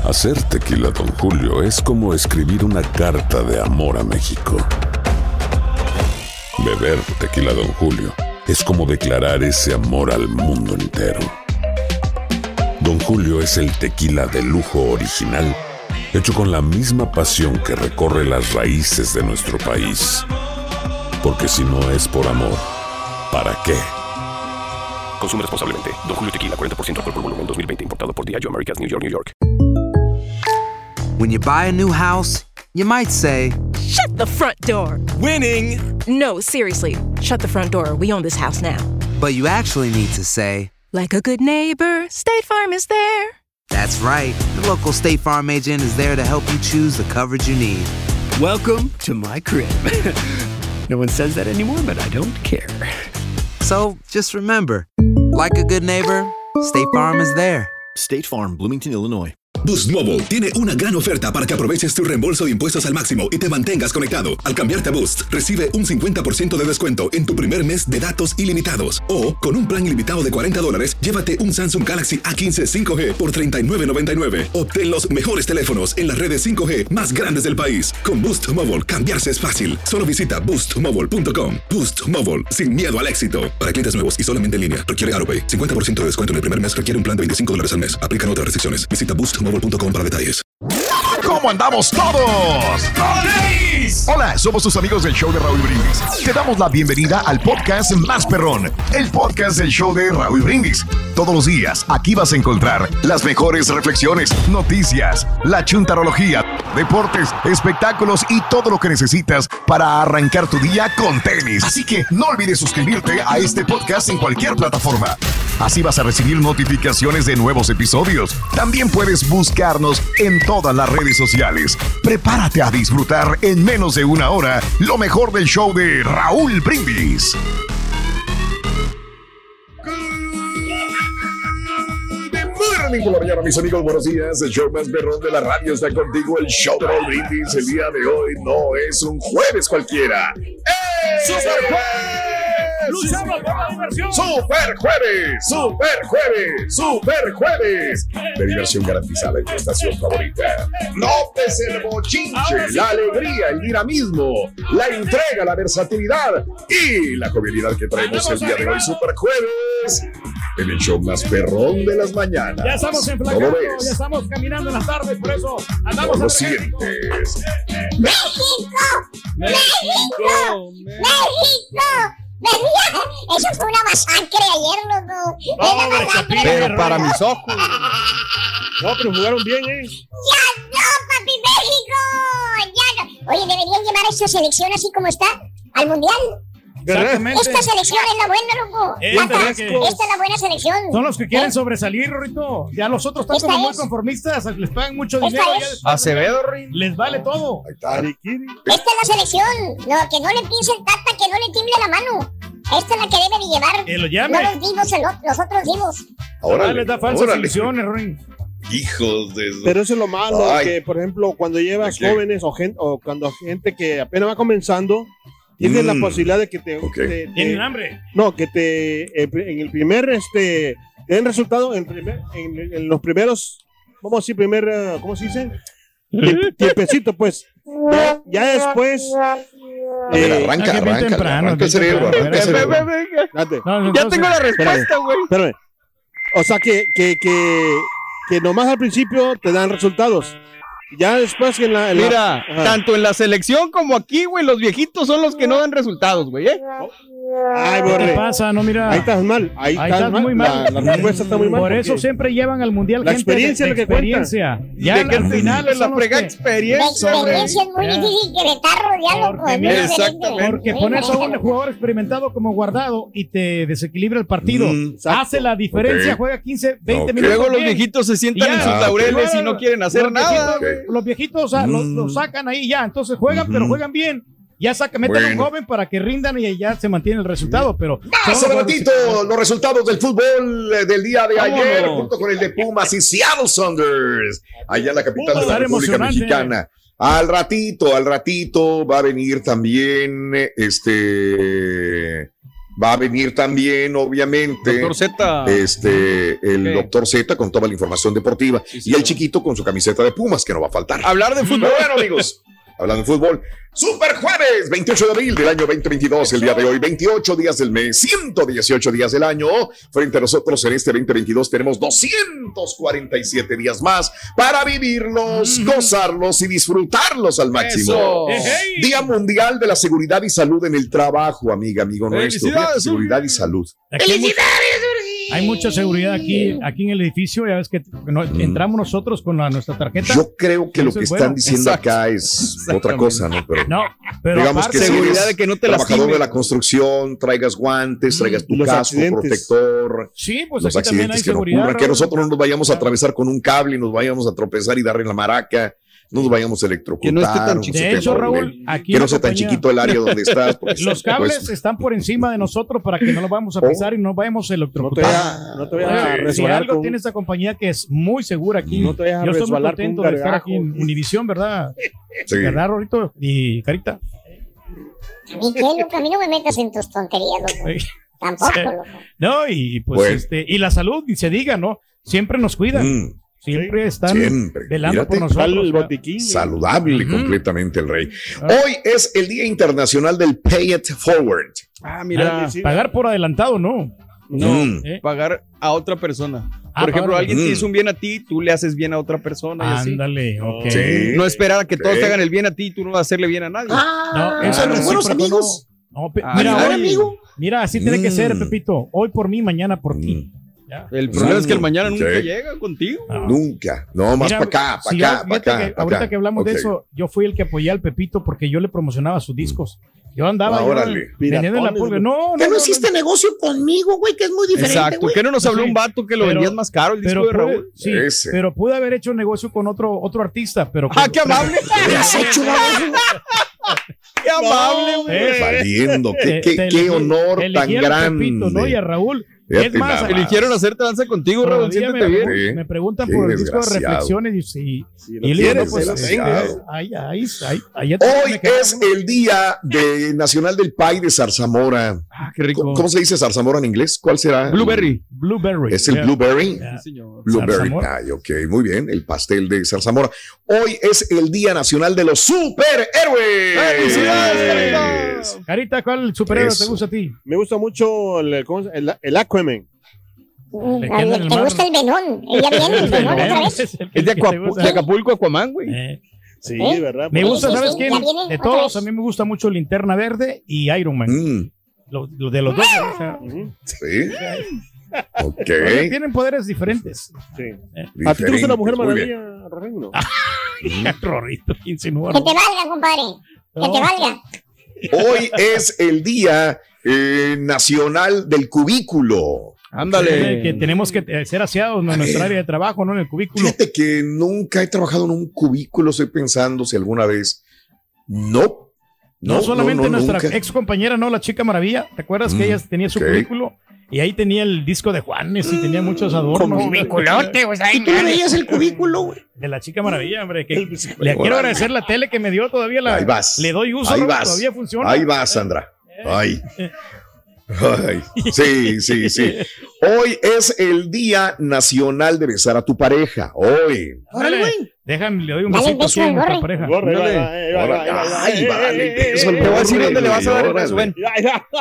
Hacer tequila Don Julio es como escribir una carta de amor a México. Beber tequila Don Julio es como declarar ese amor al mundo entero. Don Julio es el tequila de lujo original, hecho con la misma pasión que recorre las raíces de nuestro país. Porque si no es por amor, ¿para qué? Consume responsablemente. Don Julio Tequila, 40% alcohol por volumen, 2020. Importado por Diageo Americas, New York, New York. When you buy a new house, you might say, "Shut the front door." Winning! No, seriously. Shut the front door. We own this house now. but you actually need to say, like a good neighbor, State Farm is there. That's right. The local State Farm agent is there to help you choose the coverage you need. Welcome to my crib. No one says that anymore, but I don't care. So just remember, like a good neighbor, State Farm is there. State Farm, Bloomington, Illinois. Boost Mobile tiene una gran oferta para que aproveches tu reembolso de impuestos al máximo y te mantengas conectado. Al cambiarte a Boost, recibe un 50% de descuento en tu primer mes de datos ilimitados. O, con un plan ilimitado de $40, llévate un Samsung Galaxy A15 5G por $39.99. Obtén los mejores teléfonos en las redes 5G más grandes del país. Con Boost Mobile, cambiarse es fácil. Solo visita boostmobile.com. Boost Mobile, sin miedo al éxito. Para clientes nuevos y solamente en línea, requiere AroPay. 50% de descuento en el primer mes requiere un plan de $25 al mes. Aplican otras restricciones. Visita boostmobile.com para detalles. ¿Cómo andamos todos? Hola, somos tus amigos del show de Raúl Brindis. Te damos la bienvenida al podcast más perrón, el podcast del show de Raúl Brindis. Todos los días aquí vas a encontrar las mejores reflexiones, noticias, la chuntarología, deportes, espectáculos y todo lo que necesitas para arrancar tu día con tenis. Así que no olvides suscribirte a este podcast en cualquier plataforma. Así vas a recibir notificaciones de nuevos episodios. También puedes buscarnos en todas las redes sociales. Prepárate a disfrutar en menos de una hora lo mejor del show de Raúl Brindis. Por la mañana, mis amigos, buenos días. El show más perrón de la radio está contigo. El show de Raúl Brindis. El día de hoy no es un jueves cualquiera. ¡Super jueves! ¡Luchamos por la diversión! ¡Super jueves! ¡Super jueves! ¡Super jueves! De diversión garantizada en tu estación favorita. Notes el bochinche, la alegría, el dinamismo, la entrega, la versatilidad y la jovialidad que traemos el día de hoy. ¡Super jueves! En el show más perrón de las mañanas. Ya estamos enflacados, ya estamos caminando en las tardes, por eso andamos. ¿Cómo lo sientes? ¡México! ¡México! ¡México! Eso fue una masacre ayer, loco. Pero para mis ojos. No, pero jugaron bien, ¡Ya no, papi, México! ¡Ya no! Oye, deberían llevar a esta selección así como está al Mundial. Exactamente. Esta selección es la buena, loco. Esta es la buena selección. Son los que quieren sobresalir, Rorrito. Ya los otros están como muy conformistas, les pagan mucho dinero. Acevedo, Rin. Les vale todo. Esta es la selección. No, que no le piense el tata, que no le tiemble la mano. Esta es la que debe de llevar. Que lo llame. No los vivos, los otros vivos. Ahora les da falsas ilusiones, Rin. Hijos de... Pero eso es lo malo, que por ejemplo, cuando llevas jóvenes o cuando gente que apenas va comenzando, tienes la posibilidad de que tienen hambre. No, que en el primer te den resultado en los primeros, vamos a decir, ¿cómo se dice? Tiempecito, pues. Ya después. Arranca el cerebro. Ya tengo la respuesta, güey. Espérame. O sea que nomás al principio te dan resultados. Ya después Mira, tanto en la selección como aquí, güey, los viejitos son los que no dan resultados, güey, Ay, ¿qué te pasa? No, mira. Ahí estás mal. Ahí estás muy mal. La respuesta está muy mal. Por eso siempre llevan al mundial la gente experiencia de es lo que experiencia. cuenta. Ya al final es la fregada experiencia. La experiencia es muy difícil que vetarlo ya, loco. Exactamente. Porque pones a un jugador experimentado como Guardado y te desequilibra el partido. Hace la diferencia, juega 15, 20 minutos. Luego los viejitos se sientan en sus laureles y no quieren hacer nada. Los viejitos los sacan ahí ya, entonces juegan, pero juegan bien. Ya meten a un joven para que rindan y ya se mantiene el resultado, pero... Más adelantito, los resultados del fútbol del día de ayer, junto con el de Pumas y Seattle Sounders, allá en la capital de la República Mexicana. Al ratito va a venir también, Va a venir también, obviamente, Doctor Z. el Doctor Z con toda la información deportiva. Y el chiquito con su camiseta de Pumas, que no va a faltar. Hablar de fútbol. Bueno, amigos, hablando de fútbol. Super jueves, 28 de abril del año 2022, el día de hoy, 28 días del mes, 118 días del año. Frente a nosotros en este 2022 tenemos 247 días más para vivirlos, gozarlos y disfrutarlos al máximo. Día Mundial de la Seguridad y Salud en el Trabajo, amigo nuestro. Seguridad y salud. ¡Felicidades, hay mucha seguridad aquí en el edificio. Ya ves que entramos nosotros con nuestra tarjeta. Yo creo que lo que están diciendo acá es otra cosa, ¿no? Pero digamos que seguridad de que no te trabajador lastimes. de la construcción, traigas guantes, traigas tu casco protector. Sí, pues los aquí también accidentes hay que no seguridad. ocurran, que nosotros no nos vayamos a atravesar con un cable y nos vayamos a tropezar y darle en la maraca. No nos vayamos a electrocutar. Que no esté tan chiquito. De hecho, Raúl, aquí que no sea tan chiquito el área donde estás. Los cables están por encima de nosotros para que no los vamos a pisar y no vayamos a electrocutar. No te vayas a Si resbalar algo con... tiene esta compañía que es muy segura aquí. No te vayas a Yo estoy muy resbalar con contento un de estar aquí en gargajo. Univisión, ¿verdad? Sí. ¿Verdad, Rorito? Y Carita. A mí no me metas en tus tonterías, loco. Tampoco, loco. No, y pues Bueno. y la salud, y se diga, ¿no? Siempre nos cuidan. Siempre están velando por nosotros. El botiquín. Saludable completamente el rey. Hoy es el Día Internacional del Pay It Forward. Ah, mira. Pagar por adelantado, ¿no? No, pagar a otra persona. Por ejemplo, alguien te hizo un bien a ti, tú le haces bien a otra persona y así. Ándale, ok. Sí. No esperar a que todos te hagan el bien a ti y tú no vas a hacerle bien a nadie. No, ¿son los buenos amigos? No, amigo. Mira, así tiene que ser, Pepito. Hoy por mí, mañana por ti. Ya. El problema es que el mañana nunca Sí. llega contigo. Nunca. No, más para acá, si para acá, yo- para fíjate acá. que ahorita que hablamos de eso, yo fui el que apoyé al Pepito porque yo le promocionaba sus discos. Yo andaba Órale. vendiendo en la pulga. No, ¿Qué no hiciste negocio conmigo, güey? Que es muy diferente, Exacto. güey. ¿Qué no nos habló Sí. un vato que lo Pero- vendías más caro el disco pero de pude, Raúl? sí, Ese. pero pude haber hecho negocio con otro artista, pero ¡Qué amable! ¿Qué has hecho, baboso? ¡Qué amable, güey! Valiendo. Qué elegí- honor te tan elegí al grande. Pepito, ¿no? Y a Raúl. Fíjate Es más, nada más. Eligieron hacer danza contigo, Raúl. todavía Siéntete bien. Sí. me preguntan Qué por el disco de desgraciado. reflexiones y lo y le digo, tienes, pues, desgraciado. ahí Hoy es el Día Nacional del Pay de Zarzamora. Ah, qué rico. ¿Cómo se dice zarzamora en inglés? ¿Cuál será? Blueberry. Blueberry. ¿Es el Yeah. blueberry? Yeah. Sí, señor. Blueberry Zarzamora. pie, ok, muy bien, el pastel de zarzamora. Hoy es el Día Nacional de los Superhéroes. ¡Felicidades! Carita, ¿cuál superhéroe Eso. te gusta a ti? Me gusta mucho el Aquaman. Le queda en el Te mar. gusta el venón. Ya viene el venón otra vez. Es el Es de, que te gusta. de Acapulco, Aquaman, güey. Sí, ¿Eh? ¿verdad? Me Sí, gusta, sí, ¿sabes sí, quién? ya viene De otra todos, vez. a mí me gusta mucho Linterna Verde y Iron Man. Lo de los dos. O sea, Sí. Ok. tienen poderes diferentes. Sí. ¿A ti te gusta la Mujer Muy bien. Maravilla, Rorrino? Rorrito, ¿quién se insinúa? Que te valga, compadre. Que te valga. Hoy es el Día Nacional del Cubículo. Ándale. Que tenemos que ser aseados en nuestra área de trabajo, ¿no? En el cubículo. Fíjate que nunca he trabajado en un cubículo, estoy pensando si alguna vez. No. No solamente nuestra nunca. ex compañera, ¿no? La Chica Maravilla. ¿Te acuerdas que ella tenía su ok. cubículo? Y ahí tenía el disco de Juanes y tenía muchos adornos. Cubiculote, güey. ¿Y tú le veías el cubículo, güey? De la Chica Maravilla, hombre. Que le quiero agradecer la tele que me dio todavía. Ahí vas. Le doy uso, Ahí ¿no? vas. Todavía funciona. Ahí vas, Sandra. Ay. Ay. Sí, sí, sí. Hoy es el Día Nacional de besar a tu pareja. Hoy. Órale, güey. Déjame, le doy un Dale, besito beso aquí a al nuestra gorre. pareja. Ay, va a darle el beso al Te voy a decir gorre, dónde le vas a dar el beso, órale. ven.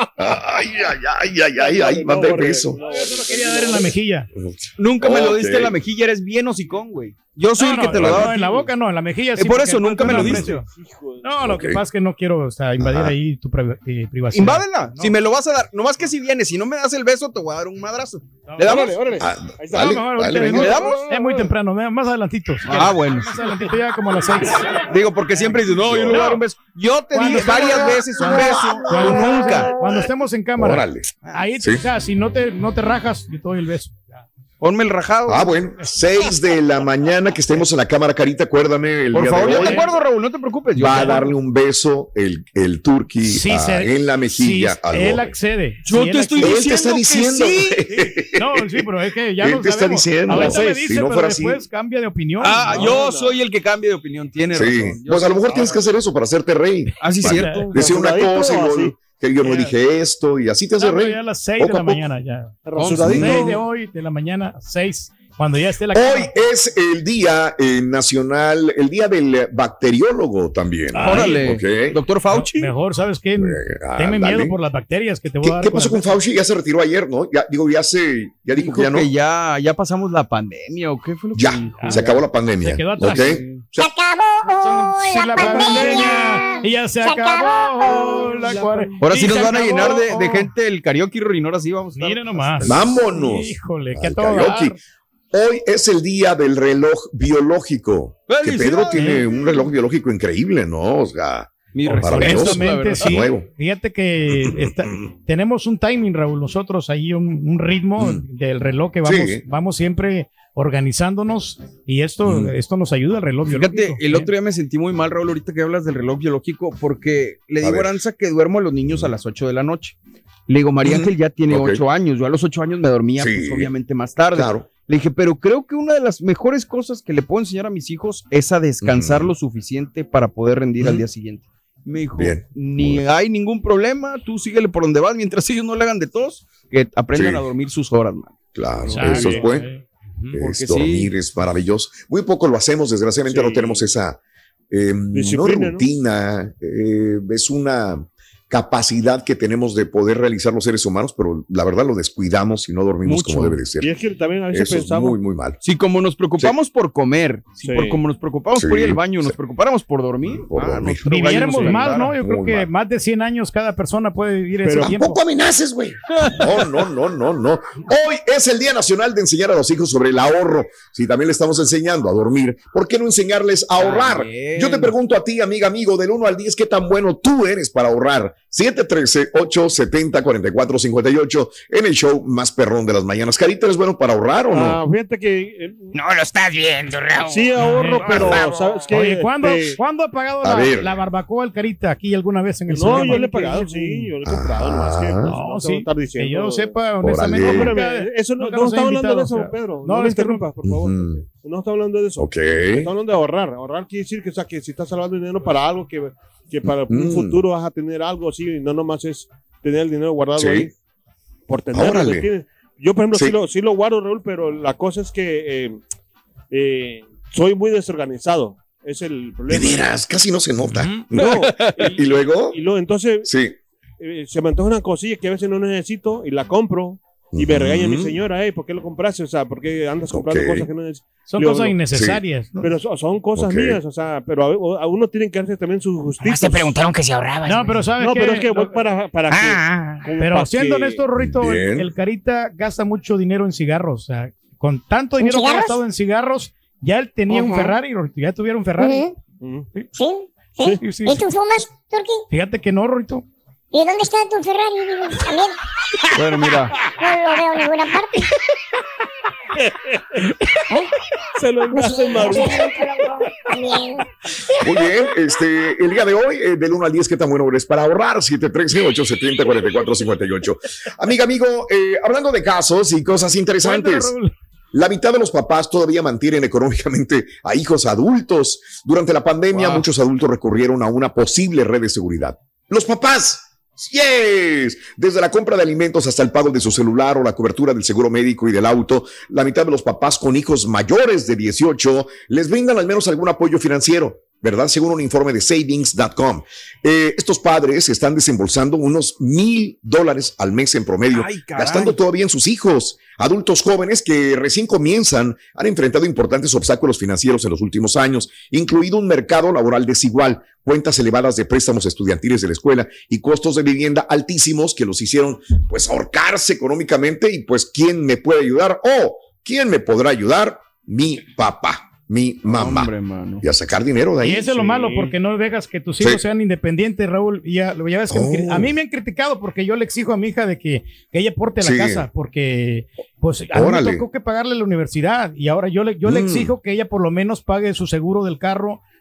Ay, va a dar beso. Yo se lo quería dar en la mejilla. Nunca me lo diste Ok. en la mejilla, eres bien hocicón, güey. Yo soy el que te lo daba. No, en la boca no, en la mejilla sí. Por porque eso nunca me lo no diste. aprecio. No, lo que Ok. pasa es que no quiero invadir Ajá. ahí tu privacidad. Invádela. No. Si me lo vas a dar, nomás que si vienes, si no me das el beso, te voy a dar un madrazo. ¿Le damos? Órale, órale. Ah, Ahí está. dale, No, mejor dale, ahorita venga. no. ¿Le damos? Es muy temprano, más adelantito. Ah, bueno. Más adelantito ya como a las 6. Digo, porque siempre dices, no, yo no voy a dar un beso. Yo te di varias veces un beso, tú nunca. Cuando estemos en cámara. Órale. Ahí, Sí. o sea, si no te rajas, yo te doy el beso. Ponme el rajado. Ah, bueno, 6 de la mañana que estemos en la cámara, Carita, acuérdame el Por día favor, de yo hoy. te acuerdo, Raúl, no te preocupes. Yo Va a te- darle un beso el turqui Sí, en la mejilla sí, al él gorre. accede. Yo Sí, te él estoy accede. Él te está diciendo. No, sí, pero es que ya Él lo te está sabemos. diciendo. Ahorita me Si dice, no pero fuera así. después cambia de opinión. Ah, No, yo soy el que cambia de opinión, tiene Sí, razón. Yo pues a lo soy- mero tienes que hacer eso para hacerte rey. Ah, sí, Para cierto. decir una cosa y luego, así. que yo no dije esto, y así te hace reír. Ya a las 6 de la mañana, ya. 6 de hoy, de la mañana, 6. Cuando ya esté la Hoy es el día nacional, el día del bacteriólogo también. Órale, okay. Doctor Fauci. Mejor, ¿sabes qué? Tenme miedo por las bacterias que te voy a dar. ¿Qué pasó con Fauci? Ya se retiró ayer, ¿no? Ya dijo que ya no. Que ya pasamos la pandemia, ¿o qué fue lo que dijo? Se acabó la pandemia. Se quedó atrás. Okay. Se acabó la pandemia. Y ya se acabó la cuarentena. Ahora sí nos van a llenar de gente el karaoke, Rin. Ahora sí vamos a estar. Mira nomás. Vámonos. Híjole, qué todo. Hoy es el día del reloj biológico. Que Pedro tiene un reloj biológico increíble, ¿no? O sea, maravilloso. Sí. Nuevo. Fíjate que tenemos un timing, Raúl, nosotros ahí un ritmo del reloj que vamos siempre organizándonos, y esto nos ayuda, el reloj biológico. Fíjate, el otro día me sentí muy mal, Raúl, ahorita que hablas del reloj biológico, porque le digo a Aranza que duermo a los niños a las 8 de la noche. Le digo, María Ángel ya tiene 8 años, yo a los 8 años me dormía, pues obviamente más tarde. Claro. Le dije, pero creo que una de las mejores cosas que le puedo enseñar a mis hijos es a descansar lo suficiente para poder rendir al día siguiente. Me dijo, ni hay ningún problema, tú síguele por donde vas, mientras ellos no le hagan de tos, que aprendan a dormir sus horas, man. Claro, eso es bueno. Dormir es maravilloso. Muy poco lo hacemos, desgraciadamente no tenemos esa no rutina, es una capacidad que tenemos de poder realizar los seres humanos, pero la verdad lo descuidamos y no dormimos como debe de ser. Y es que también a veces pensamos es muy, muy mal. Sí, como nos preocupamos por comer, como nos preocupamos por ir al baño, nos preocupamos por dormir. Viviéramos más, ¿no? Yo creo que más de 100 años cada persona puede vivir ese tiempo. Tampoco amenaces, güey. No. Hoy es el Día Nacional de enseñar a los hijos sobre el ahorro. Si también le estamos enseñando a dormir, ¿por qué no enseñarles a ahorrar? Yo te pregunto a ti, amigo, del 1 al 10, ¿qué tan bueno tú eres para ahorrar? 713-870-4458 en el show más perrón de las mañanas. Carita, ¿eres bueno para ahorrar o no? Fíjate que... no lo estás viendo, Raúl. Sí, ahorro, pero ¿sabes qué? Oye, ¿cuándo ha pagado la barbacoa el Carita aquí alguna vez en el No, yo le he pagado, yo le he comprado. Que yo sepa, honestamente. Eso no estamos hablando de eso, Pedro. No me interrumpas, por favor. No estamos hablando de eso. Estamos hablando de ahorrar. Ahorrar quiere decir que si estás salvando dinero para algo que para un futuro vas a tener algo así, y no nomás es tener el dinero guardado ahí por tenerlo. Yo, por ejemplo, sí lo guardo, Raúl, pero la cosa es que soy muy desorganizado. Es el problema. De veras, casi no se nota. No. ¿Y luego? Entonces, se me antoja una cosilla que a veces no necesito y la compro. Y me regaña mi señora, ¿por qué lo compraste? O sea, ¿por qué andas comprando cosas que no necesitas? Son cosas innecesarias. ¿No? Pero son cosas mías, o sea, pero a uno tiene que darse también su justicia. Te preguntaron que se ahorraba. No, pero sabes que... pero es que voy para que... Pero siendo honesto, Rorrito, el Carita gasta mucho dinero en cigarros. O sea, con tanto dinero que ha gastado en cigarros, ya él tenía un Ferrari, Rorrito, ya tuviera un Ferrari. Sí. ¿Y tú fumas, Turki? Fíjate que no, Rorrito. ¿Y dónde está tu Ferrari? También. Bueno, mira. No lo veo en ninguna parte. Se lo engaste en Mauricio. Muy bien, el día de hoy, del 1 al 10, ¿qué tan bueno eres para ahorrar? 713-870-4458. Amigo, hablando de casos y cosas interesantes. La mitad de los papás todavía mantienen económicamente a hijos adultos. Durante la pandemia, muchos adultos recurrieron a una posible red de seguridad. Los papás. Desde la compra de alimentos hasta el pago de su celular o la cobertura del seguro médico y del auto, la mitad de los papás con hijos mayores de 18 les brindan al menos algún apoyo financiero, ¿verdad? Según un informe de Savings.com. Estos padres están desembolsando unos $1,000 al mes en promedio, gastando todavía en sus hijos. Adultos jóvenes que recién comienzan han enfrentado importantes obstáculos financieros en los últimos años, incluido un mercado laboral desigual, cuentas elevadas de préstamos estudiantiles de la escuela y costos de vivienda altísimos que los hicieron pues ahorcarse económicamente. Y pues, ¿quién me puede ayudar? ¿Quién me podrá ayudar? Mi papá. Mi mamá. Hombre, y a sacar dinero de ahí. Y eso es lo malo, porque no dejas que tus hijos sean independientes, Raúl. Y ya ves que a mí me han criticado porque yo le exijo a mi hija de que ella porte la casa, porque pues a mí me tocó que pagarle la universidad y ahora yo le exijo que ella por lo menos pague su seguro del carro,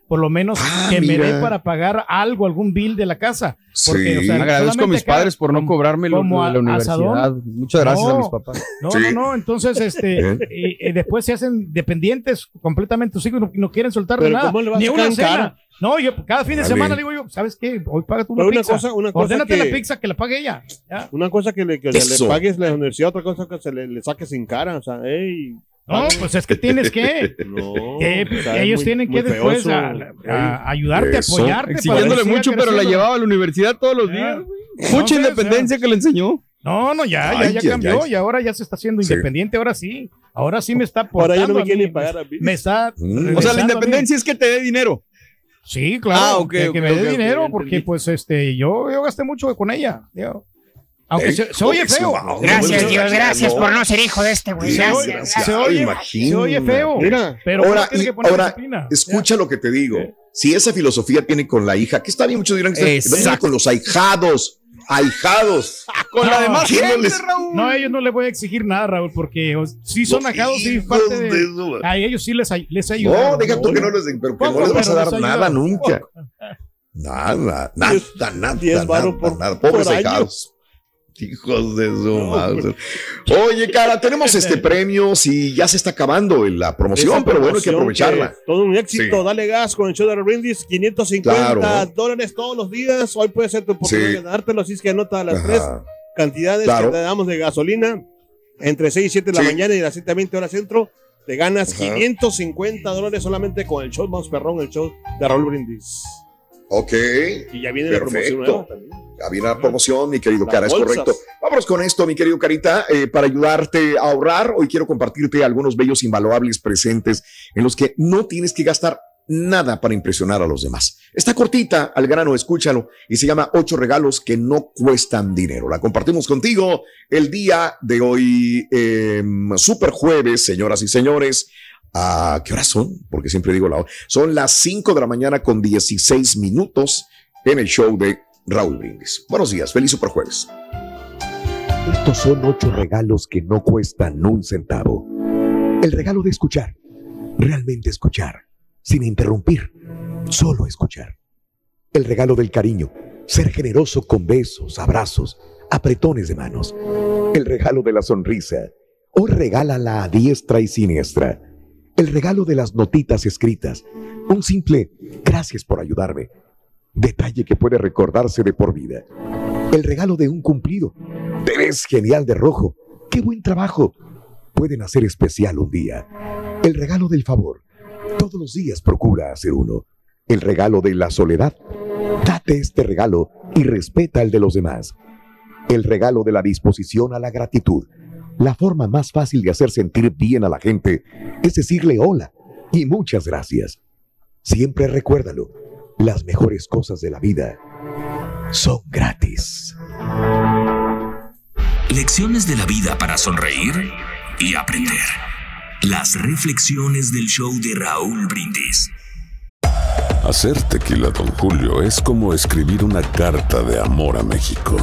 por lo menos que me dé para pagar algo, algún bill de la casa. Porque, o sea, agradezco a mis padres por no cobrarme lo de la universidad. Asadón. Muchas gracias a mis papás. No, entonces después se hacen dependientes completamente tus hijos, no quieren soltar de nada, ni una cena. No, yo cada fin de semana digo yo, ¿sabes qué? Hoy paga tú una pizza. Ordénate la pizza que la pague ella. ¿Ya? Una cosa que le pagues la universidad, otra cosa que le saques sin cara. O sea, no, pues es que tienes que. Ellos tienen que después ayudarte, apoyarte. Exigiéndole mucho, pero la llevaba a la universidad todos los días. Mucha independencia que le enseñó. No, ya cambió y ahora ya se está haciendo independiente. Ahora sí me está aportando. Ahora ya no me quiere ni pagar a mí. Me está. O sea, la independencia es que te dé dinero. Sí, claro, que me dé dinero, porque pues yo gasté mucho con ella. Aunque se oye feo. Gracias, Dios, gracias por no ser hijo de este güey. Se oye feo. Mira, pero ahora escucha lo que te digo. Si esa filosofía tiene con la hija, que está bien, muchos dirán que está con los ahijados. Con la demás gente, Raúl. No, a ellos no les voy a exigir nada, Raúl, porque sí son ahijados, sí, parte de a ellos sí les ayuda. No, deja tú que no les den, pero que no les vas a dar nada nunca. Nada. Pobres ahijados. Hijos de su madre. Oye, cara, tenemos premio. Si ya se está acabando la promoción, pero bueno, hay que aprovecharla. Todo un éxito, dale gas con el show de Raúl Brindis. $550 todos los días. Hoy puede ser tu oportunidad de dártelo, así es que anota las tres cantidades que te damos de gasolina entre 6 y 7 de la mañana y las 7 a 20 horas centro. Te ganas $550 solamente con el show más perrón, el show de Raúl Brindis. Ok. Y ya viene la promoción nueva también. Ya viene la promoción, mi querido Cara, es correcto. Vámonos con esto, mi querido Carita, para ayudarte a ahorrar. Hoy quiero compartirte algunos bellos invaluables presentes en los que no tienes que gastar nada para impresionar a los demás. Está cortita, al grano, escúchalo, y se llama 8 regalos que no cuestan dinero. La compartimos contigo el día de hoy, super jueves, señoras y señores. ¿Qué horas son? Porque siempre digo la hora. Son las 5 de la mañana con 16 minutos en el show de Raúl Brindis. Buenos días, feliz superjueves. Estos son 8 regalos que no cuestan un centavo. El regalo de escuchar, realmente escuchar, sin interrumpir, solo escuchar. El regalo del cariño, ser generoso con besos, abrazos, apretones de manos. El regalo de la sonrisa, hoy regálala a diestra y siniestra. El regalo de las notitas escritas, un simple gracias por ayudarme. Detalle que puede recordarse de por vida. El regalo de un cumplido. Te ves genial de rojo. ¡Qué buen trabajo! Pueden hacer especial un día. El regalo del favor. Todos los días procura hacer uno. El regalo de la soledad. Date este regalo y respeta el de los demás. El regalo de la disposición a la gratitud. La forma más fácil de hacer sentir bien a la gente es decirle hola y muchas gracias. Siempre recuérdalo. Las mejores cosas de la vida son gratis. Lecciones de la vida para sonreír y aprender. Las reflexiones del show de Raúl Brindis. Hacer tequila Don Julio es como escribir una carta de amor a México.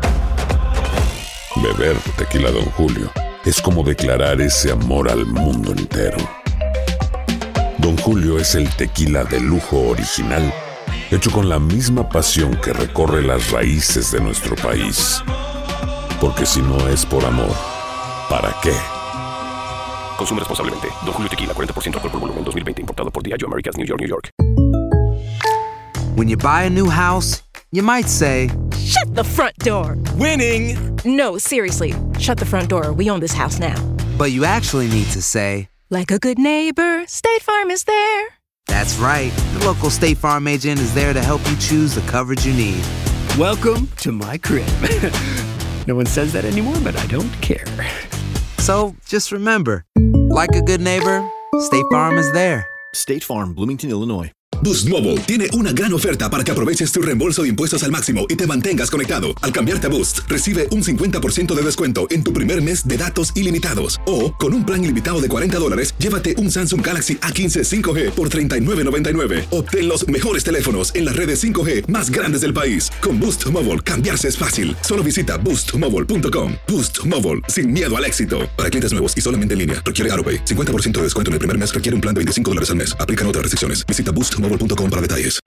Beber tequila Don Julio es como declarar ese amor al mundo entero. Don Julio es el tequila de lujo original, hecho con la misma pasión que recorre las raíces de nuestro país. Porque si no es por amor, ¿para qué? Consume responsablemente. Don Julio Tequila, 40% alcohol por volumen, 2020. Importado por Diageo Americas, New York, New York. When you buy a new house, you might say, "Shut the front door." Winning! No, seriously. Shut the front door. We own this house now. But you actually need to say, like a good neighbor, State Farm is there. That's right. The local State Farm agent is there to help you choose the coverage you need. Welcome to my crib. No one says that anymore, but I don't care. So just remember, like a good neighbor, State Farm is there. State Farm, Bloomington, Illinois. Boost Mobile tiene una gran oferta para que aproveches tu reembolso de impuestos al máximo y te mantengas conectado. Al cambiarte a Boost, recibe un 50% de descuento en tu primer mes de datos ilimitados. O, con un plan ilimitado de $40, llévate un Samsung Galaxy A15 5G por $39.99. Obtén los mejores teléfonos en las redes 5G más grandes del país. Con Boost Mobile, cambiarse es fácil. Solo visita boostmobile.com. Boost Mobile, sin miedo al éxito. Para clientes nuevos y solamente en línea, requiere AutoPay. 50% de descuento en el primer mes requiere un plan de $25 al mes. Aplican otras restricciones. Visita boostmobile.com. boostmobile.com para detalles.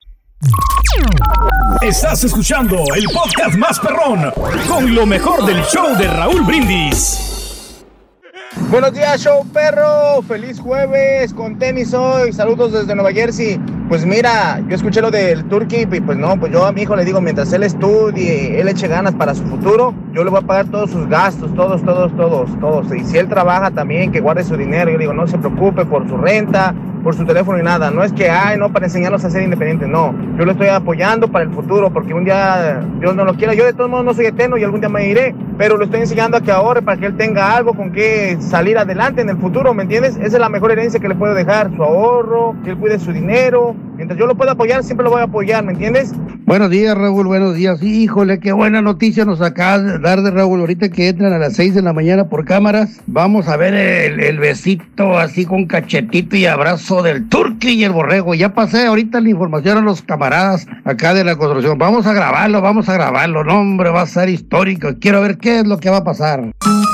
Estás escuchando el podcast más perrón con lo mejor del show de Raúl Brindis. Buenos días, show perro. Feliz jueves con tenis hoy. Saludos desde Nueva Jersey. Pues mira, yo escuché lo del Turkey y pues no, pues yo a mi hijo le digo, mientras él estudie, él eche ganas para su futuro, yo le voy a pagar todos sus gastos, todos. Y si él trabaja también, que guarde su dinero. Yo digo, no se preocupe por su renta, por su teléfono y nada. No es que, no, para enseñarlos a ser independientes, no. Yo le estoy apoyando para el futuro, porque un día, Dios no lo quiera, yo de todos modos no soy eterno y algún día me iré, pero lo estoy enseñando a que ahorre para que él tenga algo con que salir adelante en el futuro, ¿me entiendes? Esa es la mejor herencia que le puedo dejar, su ahorro, que él cuide su dinero. Mientras yo lo pueda apoyar, siempre lo voy a apoyar, ¿me entiendes? Buenos días, Raúl, buenos días. Híjole, qué buena noticia nos acabas de dar de Raúl. Ahorita que entran a las 6 de la mañana por cámaras, vamos a ver el besito así con cachetito y abrazo del Turqui y el Borrego. Ya pasé ahorita la información a los camaradas acá de la construcción. Vamos a grabarlo. No, hombre, va a ser histórico. Quiero ver qué es lo que va a pasar.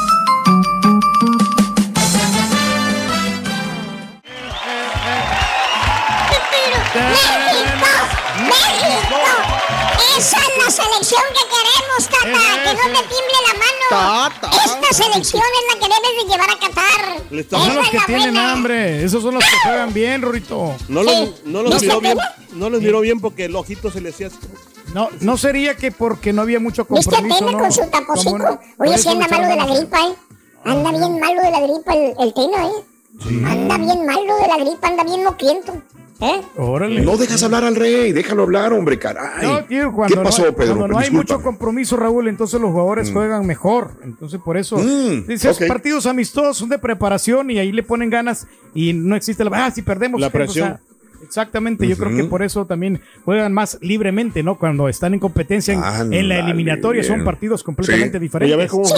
¡México! Esa es la selección que queremos, Tata. Que no te tiemble la mano. Esta selección es la que debes de llevar a Qatar. Son los que tienen hambre. Esos son los que juegan bien, Rorito. No los miró bien porque el ojito se le hacía así. No sería que porque no había mucho compromiso. ¿Viste a Tena con su taposico? Oye, si anda malo de la gripa, Anda bien malo de la gripa el Tena, Sí. Anda bien malo de la gripa, anda bien moquiento. Órale. No dejas hablar al rey, déjalo hablar, hombre, caray. No, tío, ¿Qué pasó, Pedro? Cuando no hay mucho compromiso, Raúl, entonces los jugadores juegan mejor. Entonces, por eso, esos partidos amistosos son de preparación y ahí le ponen ganas y no existe si perdemos. La presión. Exactamente, yo creo que por eso también juegan más libremente, ¿no? Cuando están en competencia en la eliminatoria, son partidos completamente diferentes.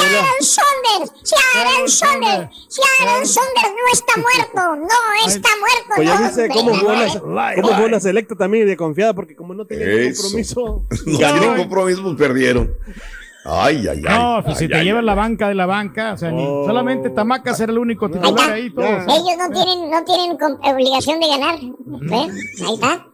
Aaron Saunders no está muerto, Pues ya dice cómo jugó la selecta también de confiada, porque como no tenía compromiso. No tienen compromiso, pues perdieron. Ay. No, pues si te llevas la banca de la banca, o sea, solamente Tamacas era el único titular ahí. Todos. Ellos no tienen obligación de ganar. Ahí está.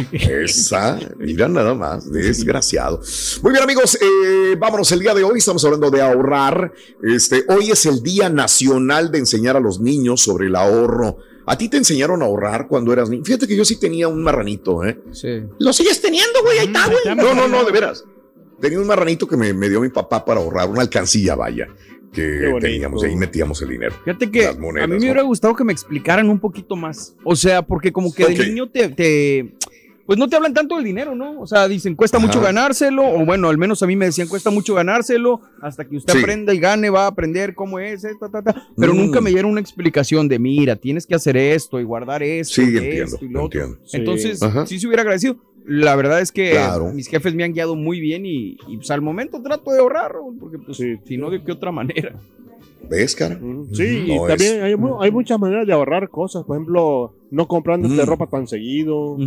Esa, mira nada más, desgraciado. Muy bien, amigos, vámonos el día de hoy. Estamos hablando de ahorrar. Hoy es el Día Nacional de enseñar a los niños sobre el ahorro. ¿A ti te enseñaron a ahorrar cuando eras niño? Fíjate que yo sí tenía un marranito, Sí. ¿Lo sigues teniendo, güey? Ahí está, güey. No, de veras. Tenía un marranito que me dio mi papá para ahorrar, una alcancía, vaya, que teníamos, y ahí metíamos el dinero. Fíjate que monedas, a mí me hubiera gustado que me explicaran un poquito más. O sea, porque como que de niño pues no te hablan tanto del dinero, ¿no? O sea, dicen, cuesta mucho ganárselo, o bueno, al menos a mí me decían, cuesta mucho ganárselo, hasta que usted aprenda y gane, va a aprender cómo es, pero nunca me dieron una explicación de, mira, tienes que hacer esto y guardar esto, sí, esto y lo otro. Entonces, sí se hubiera agradecido. La verdad es que mis jefes me han guiado muy bien y pues al momento trato de ahorrar, porque pues si no, ¿de qué otra manera? ¿Ves, cara? Sí, y también hay muchas maneras de ahorrar cosas. Por ejemplo, no comprándote ropa tan seguido,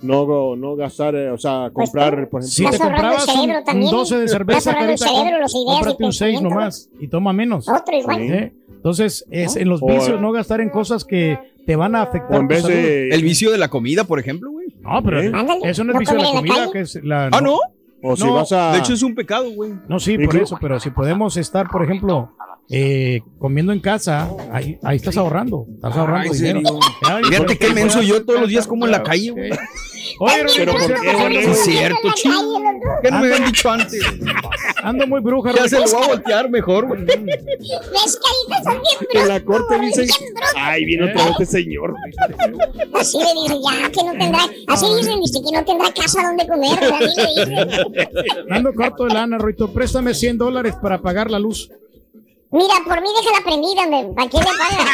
no gastar, o sea, comprar, por ejemplo. Si te comprabas un 12 de cerveza, cómprate un 6 nomás y toma menos. Otro igual. Entonces, en los vicios, no gastar en cosas que te van a afectar. En vez de el vicio de la comida, por ejemplo, güey. No, pero eso no es vicio de la comida, que es la... ¿no? O si vas a... De hecho, es un pecado, güey. No, sí, por eso, pero si podemos estar, por ejemplo, comiendo en casa, ahí estás ahorrando. Estás ahorrando dinero. Fíjate qué menso yo todos los días como en la calle, güey. Oye, pero ¿por qué? Es cierto, chico. ¿Qué no me habían dicho antes? Ando muy bruja. Ya se lo va a voltear mejor, güey. Las caritas son bien brujas. En la corte dicen, ay, viene otra vez este señor. Así le dicen, ya, que no tendrá, así dicen, que no tendrá casa donde comer. Así le dicen. Ando corto de lana, Ruito. Préstame $100 para pagar la luz. Mira, por mí déjala prendida, ¿para qué le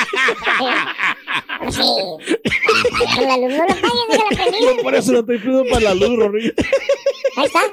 pagas? Sí, para la luz no lo pagues, déjala prendida. Por eso no estoy pidiendo para la luz, Rory. Ahí está.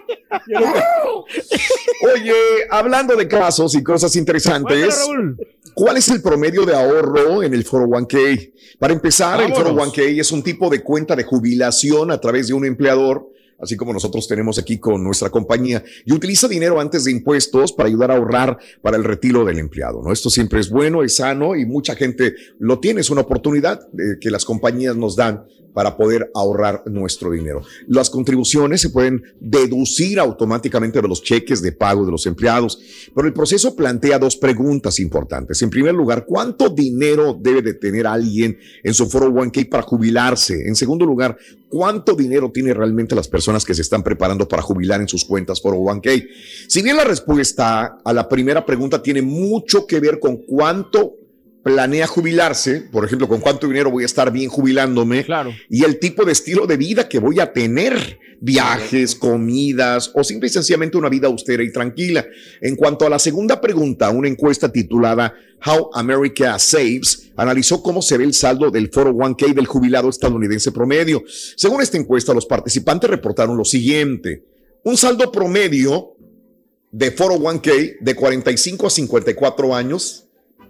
Oye, hablando de casos y cosas interesantes, ¿cuál es el promedio de ahorro en el 401k? Para empezar, el 401k es un tipo de cuenta de jubilación a través de un empleador así como nosotros tenemos aquí con nuestra compañía, y utiliza dinero antes de impuestos para ayudar a ahorrar para el retiro del empleado, ¿no? Esto siempre es bueno, es sano y mucha gente lo tiene. Es una oportunidad que las compañías nos dan para poder ahorrar nuestro dinero. Las contribuciones se pueden deducir automáticamente de los cheques de pago de los empleados, pero el proceso plantea dos preguntas importantes. En primer lugar, ¿cuánto dinero debe de tener alguien en su 401k para jubilarse? En segundo lugar, ¿cuánto dinero tienen realmente las personas que se están preparando para jubilar en sus cuentas 401k? Si bien la respuesta a la primera pregunta tiene mucho que ver con cuánto planea jubilarse, por ejemplo, con cuánto dinero voy a estar bien jubilándome, claro, y el tipo de estilo de vida que voy a tener, viajes, comidas o simple y sencillamente una vida austera y tranquila. En cuanto a la segunda pregunta, una encuesta titulada How America Saves analizó cómo se ve el saldo del 401k del jubilado estadounidense promedio. Según esta encuesta, los participantes reportaron lo siguiente: un saldo promedio de 401k de 45 a 54 años,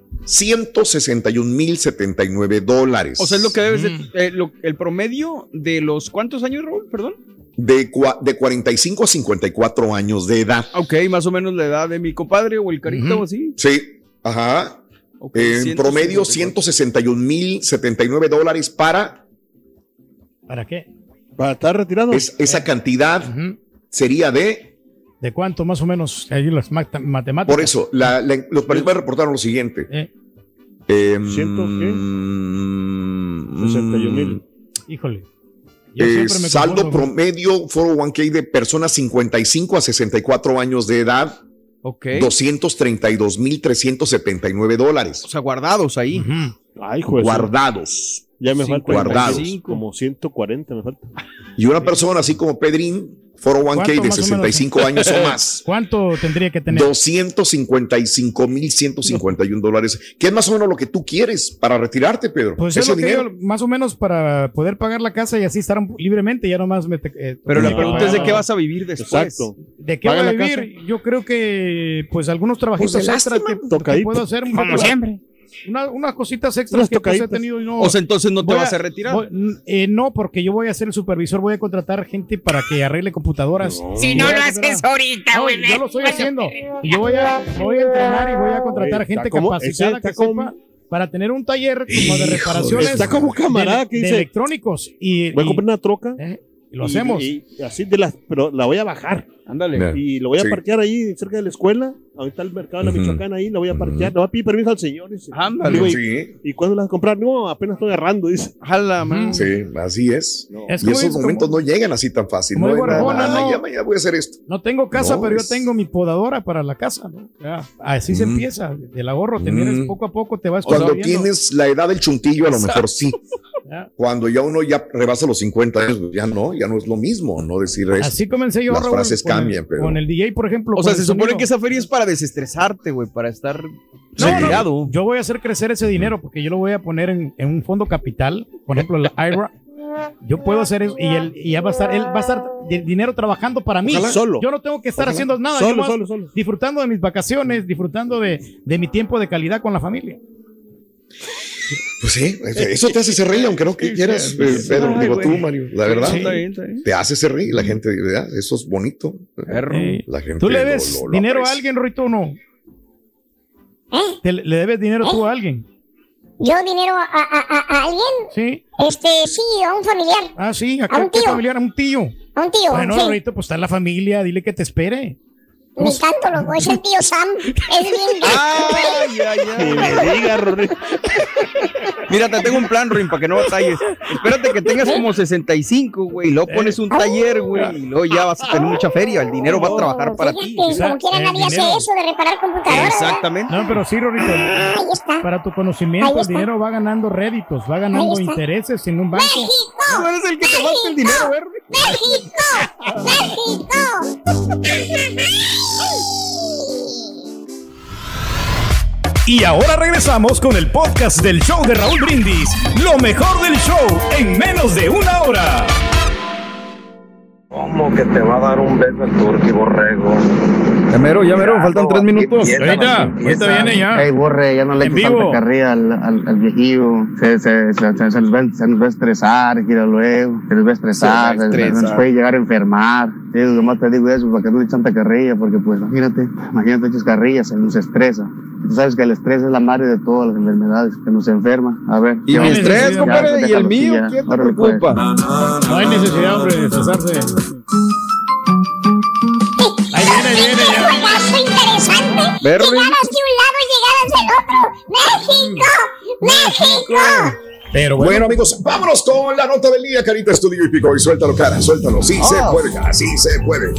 $161,079. O sea, es lo que debes el promedio de los ¿cuántos años, Raúl? Perdón. De 45 a 54 años de edad. Ok, más o menos la edad de mi compadre o el carita o así. Sí, ajá. Okay, en promedio, $161,079 para... ¿Para qué? Para estar retirado. Esa cantidad sería de... ¿De cuánto más o menos? Ahí las matemáticas. Por eso, los participantes reportaron lo siguiente. ¿Ciento qué? 61,000. Híjole. Saldo promedio 401k de personas 55 a 64 años de edad. Okay. $232,379. O sea, guardados ahí. Ay, juez. Guardados. Ya me falta guardados. Como 140 me falta. Y una persona así como Pedrín, 401k de 65 años o más. ¿Cuánto tendría que tener? $255,151. ¿Qué es más o menos lo que tú quieres para retirarte, Pedro? Pues es lo que yo, más o menos para poder pagar la casa y así estar libremente, ya nomás pero la pregunta es de qué vas a vivir después. Exacto. ¿De qué voy a vivir? Yo creo que pues algunos trabajitos extras que puedo hacer. Como siempre. Unas cositas extras que pues he tenido y no. O sea, entonces no te vas a retirar. No, porque yo voy a ser el supervisor, voy a contratar gente para que arregle computadoras. Si no lo haces ahorita, güey. Yo lo estoy haciendo. Y yo voy a entrenar y voy a contratar gente capacitada que sepa para tener un taller como de reparaciones. Está como camarada que de dice electrónicos. Voy a comprar una troca. Y lo hacemos. Y así pero la voy a bajar. Ándale. Y lo voy a parquear ahí cerca de la escuela. Ahorita el mercado de la Michoacán ahí, lo voy a parquear. Le voy a pedir permiso al señor. Dice. Ándale. ¿Y cuándo la vas a comprar? No, apenas estoy agarrando, dice. Jala, man. Sí, así es. Y esos momentos no llegan así tan fácil. No, ya mañana voy a hacer esto. No tengo casa, pero yo tengo mi podadora para la casa, ¿no? Ya, así se empieza. El ahorro, poco a poco te vas cuando tienes la edad del chuntillo, a lo mejor sí. Cuando ya uno ya rebasa los 50 años, ya no es lo mismo, no decir eso. Así comencé yo, las frases cambian, pero... Con el DJ, por ejemplo. O sea, se supone que esa feria es para desestresarte, güey, para estar retirado. No, yo voy a hacer crecer ese dinero porque yo lo voy a poner en un fondo capital, por ejemplo, la IRA. Yo puedo hacer eso y él va a estar dinero trabajando para mí. Solo. Yo no tengo que estar haciendo nada. Solo. Disfrutando de mis vacaciones, disfrutando de mi tiempo de calidad con la familia. Pues sí, eso te hace ser rey, aunque no quieras, Pedro, digo tú, Mario, la verdad, sí, está bien. Te hace ser rey, la gente, ¿verdad? Eso es bonito. La gente ¿tú le debes dinero a alguien, Ruito, o no? ¿Le debes dinero tú a alguien? ¿Yo dinero a alguien? Sí. Sí, a un familiar. Ah, sí, ¿a qué familiar? A un tío. A un tío, bueno, sí. Ruito, pues está en la familia, dile que te espere. Ni tanto, loco, es el tío Sam. Es bien. Ay. Me diga, Rory. Mira, te tengo un plan, Ruin, para que no batalles. Espérate que tengas como 65, güey, y luego pones un taller, güey, y luego ya vas a tener mucha feria. El dinero va a trabajar para ti. Como quiera nadie hace eso de reparar computadoras. Exactamente. No, pero sí, Rorito. Ahí está. Para tu conocimiento, el dinero va ganando réditos, va ganando intereses en un banco. ¡México! ¿Tú eres el que te gasta el dinero, verde? ¡México! Y ahora regresamos con el podcast del show de Raúl Brindis. Lo mejor del show en menos de una hora. ¿Cómo que que te va a dar un beso el Turqui, borrego. Ya mero, faltan 3 minutos. Ahorita viene ya. Ey, Borre, ya no le eches tanta carrilla al viejillo. Se les va a estresar, gira luego. Se les va a estresar, se puede llegar a enfermar. Nomás te digo eso, para que no le eches tanta carrilla, porque pues imagínate echas carrillas, se nos estresa. Tú sabes que el estrés es la madre de todas las enfermedades, que nos enferma. A ver. Y mi estrés, compadre, y el mío, ¿qué te preocupa? No hay necesidad, hombre, de estresarse. Ahí viene ya. Un paso interesante. Berry. Llegadas de un lado y llegadas del otro. ¡México! Pero bueno, amigos, vámonos con la nota del día, Carita Estudio y Pico. Y suéltalo, cara, suéltalo. Sí se puede, cara, sí se puede.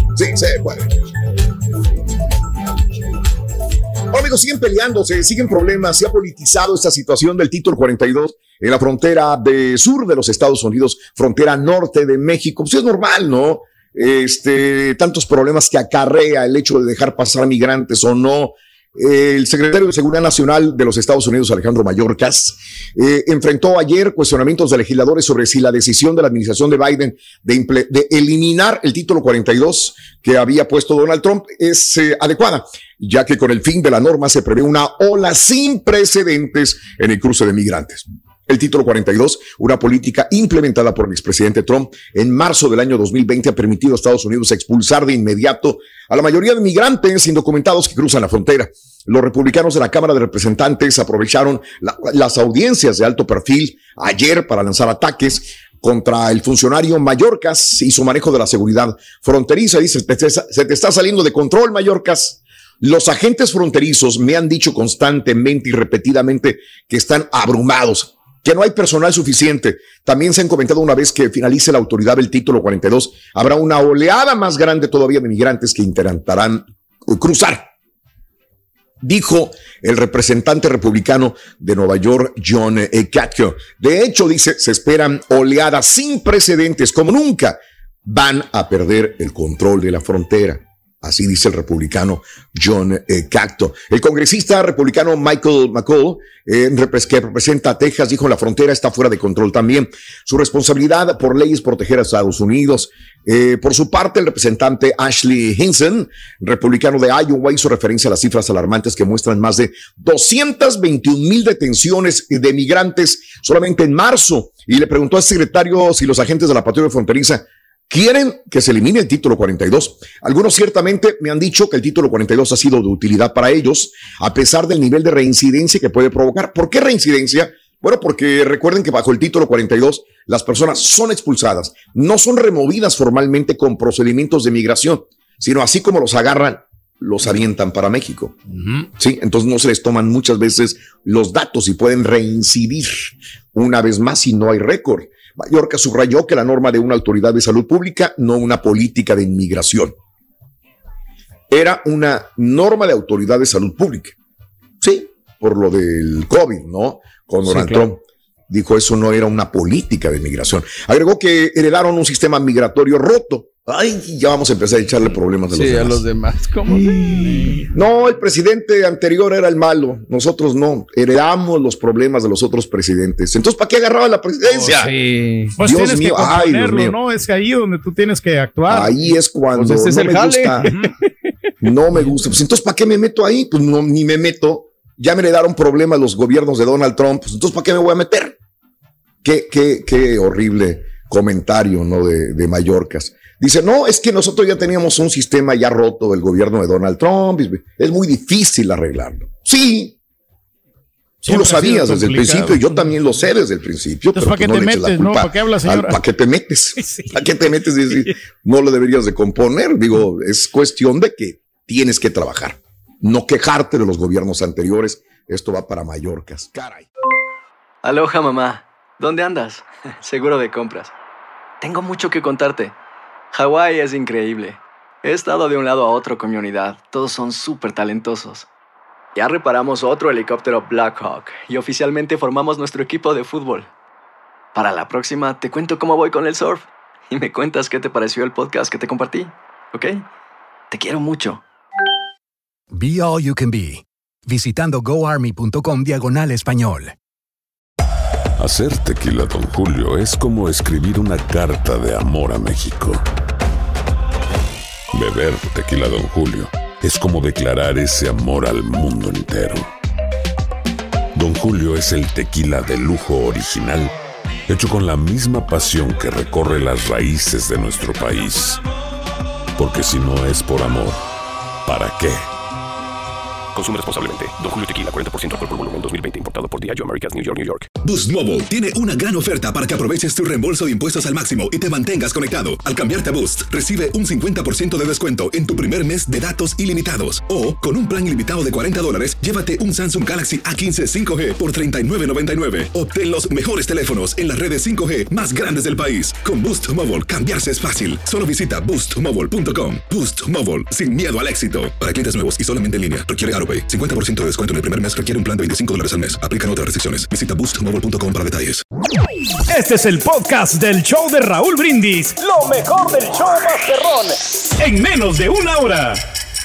Bueno, amigos, siguen peleándose, siguen problemas. Se ha politizado esta situación del título 42 en la frontera de sur de los Estados Unidos, frontera norte de México. Pues es normal, ¿no? Tantos problemas que acarrea el hecho de dejar pasar migrantes o no. El secretario de Seguridad Nacional de los Estados Unidos, Alejandro Mayorkas, enfrentó ayer cuestionamientos de legisladores sobre si la decisión de la administración de Biden de eliminar el título 42 que había puesto Donald Trump es adecuada, ya que con el fin de la norma se prevé una ola sin precedentes en el cruce de migrantes. El título 42, una política implementada por el expresidente Trump en marzo del año 2020, ha permitido a Estados Unidos expulsar de inmediato a la mayoría de migrantes indocumentados que cruzan la frontera. Los republicanos de la Cámara de Representantes aprovecharon las audiencias de alto perfil ayer para lanzar ataques contra el funcionario Mayorkas y su manejo de la seguridad fronteriza. Dice, se te está saliendo de control, Mayorkas. Los agentes fronterizos me han dicho constantemente y repetidamente que están abrumados, que no hay personal suficiente. También se han comentado una vez que finalice la autoridad del título 42, habrá una oleada más grande todavía de migrantes que intentarán cruzar, dijo el representante republicano de Nueva York, John Katko. De hecho, dice, se esperan oleadas sin precedentes, como nunca van a perder el control de la frontera. Así dice el republicano John Katko. El congresista republicano Michael McCall, que representa a Texas, dijo: la frontera está fuera de control también. Su responsabilidad por ley es proteger a Estados Unidos. Por su parte, el representante Ashley Hinson, republicano de Iowa, hizo referencia a las cifras alarmantes que muestran más de 221,000 detenciones de migrantes solamente en marzo. Y le preguntó al secretario si los agentes de la patrulla fronteriza quieren que se elimine el título 42. Algunos ciertamente me han dicho que el título 42 ha sido de utilidad para ellos, a pesar del nivel de reincidencia que puede provocar. ¿Por qué reincidencia? Bueno, porque recuerden que bajo el título 42 las personas son expulsadas, no son removidas formalmente con procedimientos de migración, sino así como los agarran, los avientan para México. Sí, entonces no se les toman muchas veces los datos y pueden reincidir una vez más si no hay récord. Mayorkas subrayó que la norma de una autoridad de salud pública, no una política de inmigración. Era una norma de autoridad de salud pública. Sí, por lo del COVID, ¿no? Con Donald Trump. Dijo, eso no era una política de inmigración. Agregó que heredaron un sistema migratorio roto. Ay, ya vamos a empezar a echarle problemas de los demás. Sí, a los demás. ¿Cómo? No, el presidente anterior era el malo. Nosotros no. Heredamos los problemas de los otros presidentes. Entonces, ¿para qué agarraba la presidencia? Sí. Pues Dios mío. Ay, Dios mío. ¿No? Es que ahí donde tú tienes que actuar. Ahí es cuando pues no me gusta. No me gusta. Pues entonces, ¿para qué me meto ahí? Pues no, ni me meto. Ya me heredaron problemas los gobiernos de Donald Trump. Pues entonces, ¿para qué me voy a meter? Qué horrible comentario, ¿no? De Mayorkas. Dice, no, es que nosotros ya teníamos un sistema ya roto del gobierno de Donald Trump. Es muy difícil arreglarlo. Sí. Tú lo sabías desde el principio, yo también lo sé desde el principio. Entonces, ¿para qué te metes, no? ¿Para qué hablas, señora? ¿Para qué te metes? Sí. ¿Para qué te metes? No lo deberías de componer. Digo, es cuestión de que tienes que trabajar. No quejarte de los gobiernos anteriores. Esto va para Mayorkas. Caray. Aloha, mamá. ¿Dónde andas? Seguro de compras. Tengo mucho que contarte. Hawái es increíble. He estado de un lado a otro con mi unidad. Todos son súper talentosos. Ya reparamos otro helicóptero Blackhawk y oficialmente formamos nuestro equipo de fútbol. Para la próxima te cuento cómo voy con el surf y me cuentas qué te pareció el podcast que te compartí, ¿ok? Te quiero mucho. Be All You Can Be. Visitando goarmy.com/español. Hacer tequila Don Julio es como escribir una carta de amor a México. Beber tequila Don Julio es como declarar ese amor al mundo entero. Don Julio es el tequila de lujo original, hecho con la misma pasión que recorre las raíces de nuestro país. Porque si no es por amor, ¿para qué? Consume responsablemente. Don Julio Tequila, 40% alcohol por volumen, 2020. Importado por Diageo Americas, New York, New York. Boost Mobile tiene una gran oferta para que aproveches tu reembolso de impuestos al máximo y te mantengas conectado. Al cambiarte a Boost, recibe un 50% de descuento en tu primer mes de datos ilimitados. O, con un plan ilimitado de $40, llévate un Samsung Galaxy A15 5G por $39.99. Obtén los mejores teléfonos en las redes 5G más grandes del país. Con Boost Mobile, cambiarse es fácil. Solo visita boostmobile.com. Boost Mobile, sin miedo al éxito. Para clientes nuevos y solamente en línea, requiere AutoPay. 50% de descuento en el primer mes requiere un plan de $25 al mes. Aplican otras restricciones. Visita boostmobile.com para detalles. Este es el podcast del show de Raúl Brindis. Lo mejor del show Masterrón. En menos de una hora.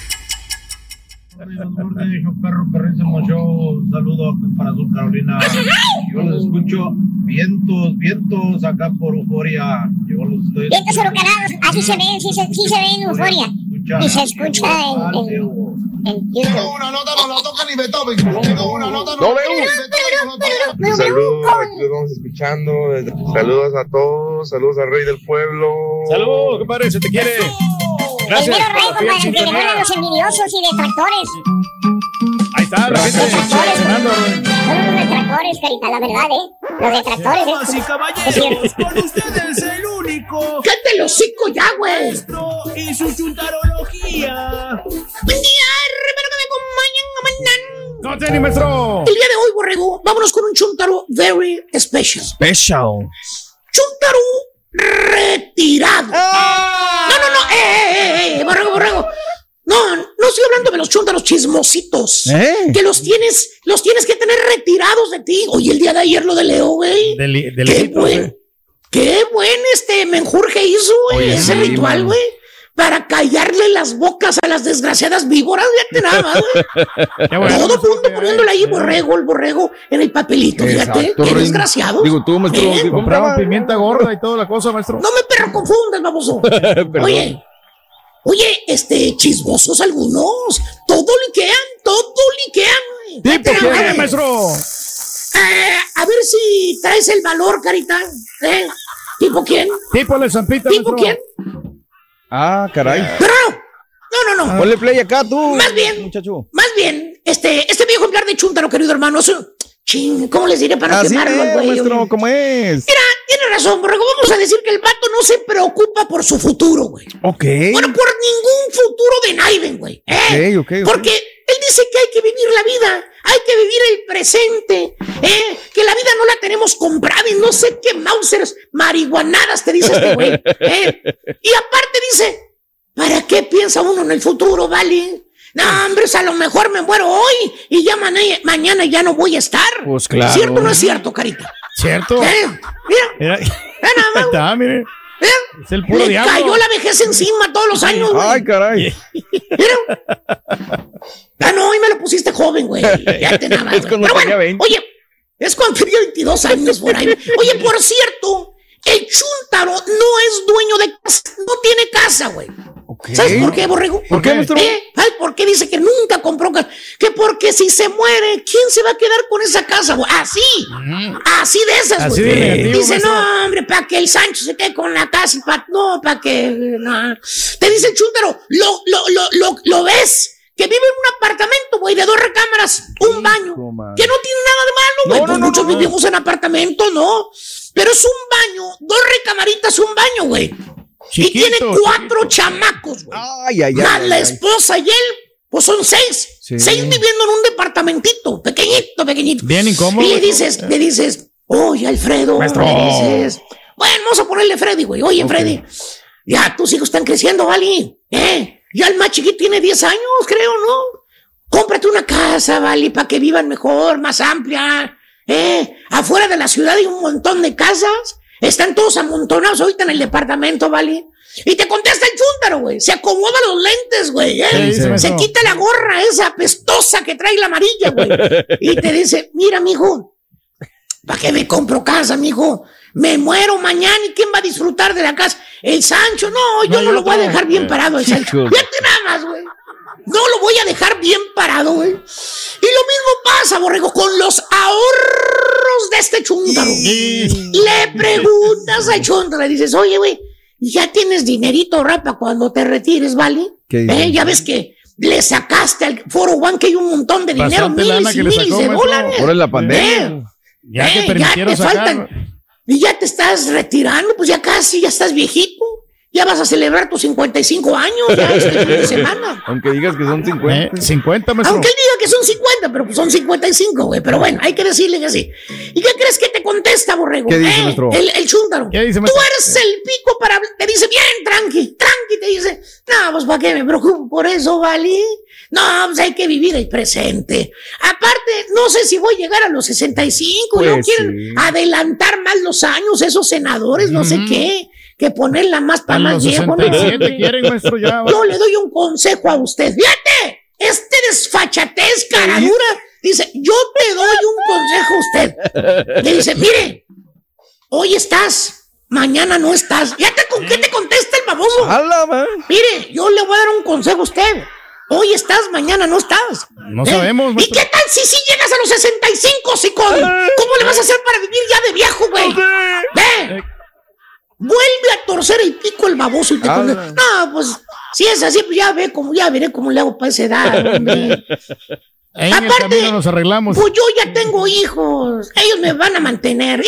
Perro, perrísimo show. Saludo para Sur Carolina. Yo los escucho vientos acá por Euforia. Yo los estoy. Vientos huracanados, así se ven, sí se ve en Euforia. Y se escucha en YouTube. Tengo una nota, no la toca ni Beethoven. Tengo una nota, no la toca ni Saludos, aquí los vamos escuchando. Saludos a todos, saludos al rey del pueblo. Saludos, compadre, se te quiere. Gracias. El mero rey, compadre, que le mueran los envidiosos y detractores. Ahí está, la gente reaccionando. Son los detractores, Carita, la verdad, Los detractores, Damas y caballeros, con ustedes el único. ¡Cállate el hocico ya, güey! Y su chuntarología. Buen día, hermano, que me acompañan. ¡No te maestro! El día de hoy, borrego, vámonos con un chuntaro very special. Special. Chuntaro retirado. No, borrego. No estoy hablando de los chúntaros chismositos. Que los tienes que tener retirados de ti. Oye, el día de ayer lo de Leo, güey. Qué buen menjurje hizo, güey. Ese ritual, güey. Para callarle las bocas a las desgraciadas víboras. Fíjate nada más, güey. Todo el mundo poniéndole ahí el borrego en el papelito. Fíjate, qué desgraciado. Digo, tú, maestro. Compraban pimienta gorda y toda la cosa, maestro. No me perro confundas, baboso. Oye, chismosos algunos. Todo liquean, güey. ¿Tipo qué, maestro? A ver si traes el valor, Carita. ¿Tipo quién? Tipo la zampita, ¿Tipo quién? Ah, caray. Pero no. Ponle play acá, tú. Más bien, muchacho. este viejo ejemplar de chúntaro, querido hermano. ¿Cómo les diré para no quemarlo al güey? Maestro, ¿cómo es? Mira, tiene razón, borrego. Vamos a decir que el vato no se preocupa por su futuro, güey. Ok. Bueno, por ningún futuro de Naiden, güey. Ok. Porque él dice que hay que vivir la vida, hay que vivir el presente, que la vida no la tenemos comprada y no sé qué mausers marihuanadas te dice este güey. Y aparte dice, ¿para qué piensa uno en el futuro, vale? No, hombre, a lo mejor me muero hoy y ya mañana ya no voy a estar. Pues claro. ¿Cierto o no es cierto, Carita? ¿Cierto? Mira nada más. Está, mire. Es el puro diablo. Cayó la vejez encima todos los años, güey. Ay, caray. No, hoy me lo pusiste joven, güey. Ya te nada. Es cuando tenía 20. Oye, es cuando tenía 22 años por ahí. Oye, por cierto, el chúntaro no es dueño de casa, no tiene casa, güey. Okay. ¿Sabes por qué, borrego? ¿Por qué, maestro? ¿Sabes por qué dice que nunca compró casa? Que porque si se muere, ¿quién se va a quedar con esa casa, güey? Así de esas, güey. Dice, maestro. No, hombre, para que el Sancho se quede con la casa, para que... No. Te dice el chúntaro, lo ves, que vive en un apartamento, güey, de 2 recámaras, un baño, que no tiene nada de malo, güey. Muchos vivimos en apartamentos, ¿no? Pero es un baño, 2 recamaritas, un baño, güey. Chiquito, y tiene 4 chamacos, güey. Más la esposa y él, pues son 6. Sí. 6 viviendo en un departamentito, pequeñito. Bien incómodo. Y le dices, oye, Alfredo, maestro. Le dices, bueno, vamos a ponerle Freddy, güey. Oye, Freddy, ya tus hijos están creciendo, ¿vale? Ya el más chiquito tiene 10 años, creo, ¿no? Cómprate una casa, ¿vale? Para que vivan mejor, más amplia. Afuera de la ciudad hay un montón de casas. Están todos amontonados ahorita en el departamento, ¿vale? Y te contesta el chúntaro, güey. Se acomoda los lentes, güey. Se quita la gorra esa apestosa que trae la amarilla, güey. Y te dice, mira, mijo, ¿para qué me compro casa, mijo? Me muero mañana y ¿quién va a disfrutar de la casa? el Sancho, no, yo no lo voy a dejar bien parado el Sancho. Fíjate nada más, güey. No lo voy a dejar bien parado, güey. Y lo mismo pasa, borrego, con los ahorros de este chúntaro. Le preguntas al chúntaro, le dices, oye, güey, ¿ya tienes dinerito, rapa, cuando te retires, vale? Ya ves que le sacaste al Foro One que hay un montón de dinero, miles y miles de dólares. Por la pandemia. Ya te faltan. Y ya te estás retirando, pues ya casi, ya estás viejito. Ya vas a celebrar tus 55 años ya este fin de semana. Aunque digas que son 50. 50, maestro. Aunque él diga que son 50, pero pues son 55, güey. Pero bueno, hay que decirle que así. ¿Y qué crees que te contesta, borrego? ¿Qué dice, maestro? El chúntaro. ¿Qué dice, maestro? Tú eres el pico para... Te dice, bien, tranqui, te dice. No, pues ¿para qué me preocupo por eso, vale? No, pues hay que vivir el presente. Aparte, no sé si voy a llegar a los 65. Pues no quieren adelantar más los años esos senadores, no sé qué. Que ponerla más para más viejo. Quieren, maestro, ya. Yo le doy un consejo a usted. Fíjate, desfachatez, caradura. Dice, yo te doy un consejo a usted. Le dice, mire, hoy estás, mañana no estás. Fíjate con qué te contesta el baboso. Mire, yo le voy a dar un consejo a usted. Hoy estás, mañana no estás. No sabemos. ¿Y qué tal si llegas a los 65, sicón? ¿Cómo le vas a hacer para vivir ya de viejo, güey? Vuelve a torcer el pico el baboso y te contesta. No, pues, si es así, pues ya veré cómo le hago para esa edad, hombre. En el camino nos arreglamos. Pues yo ya tengo hijos. Ellos me van a mantener.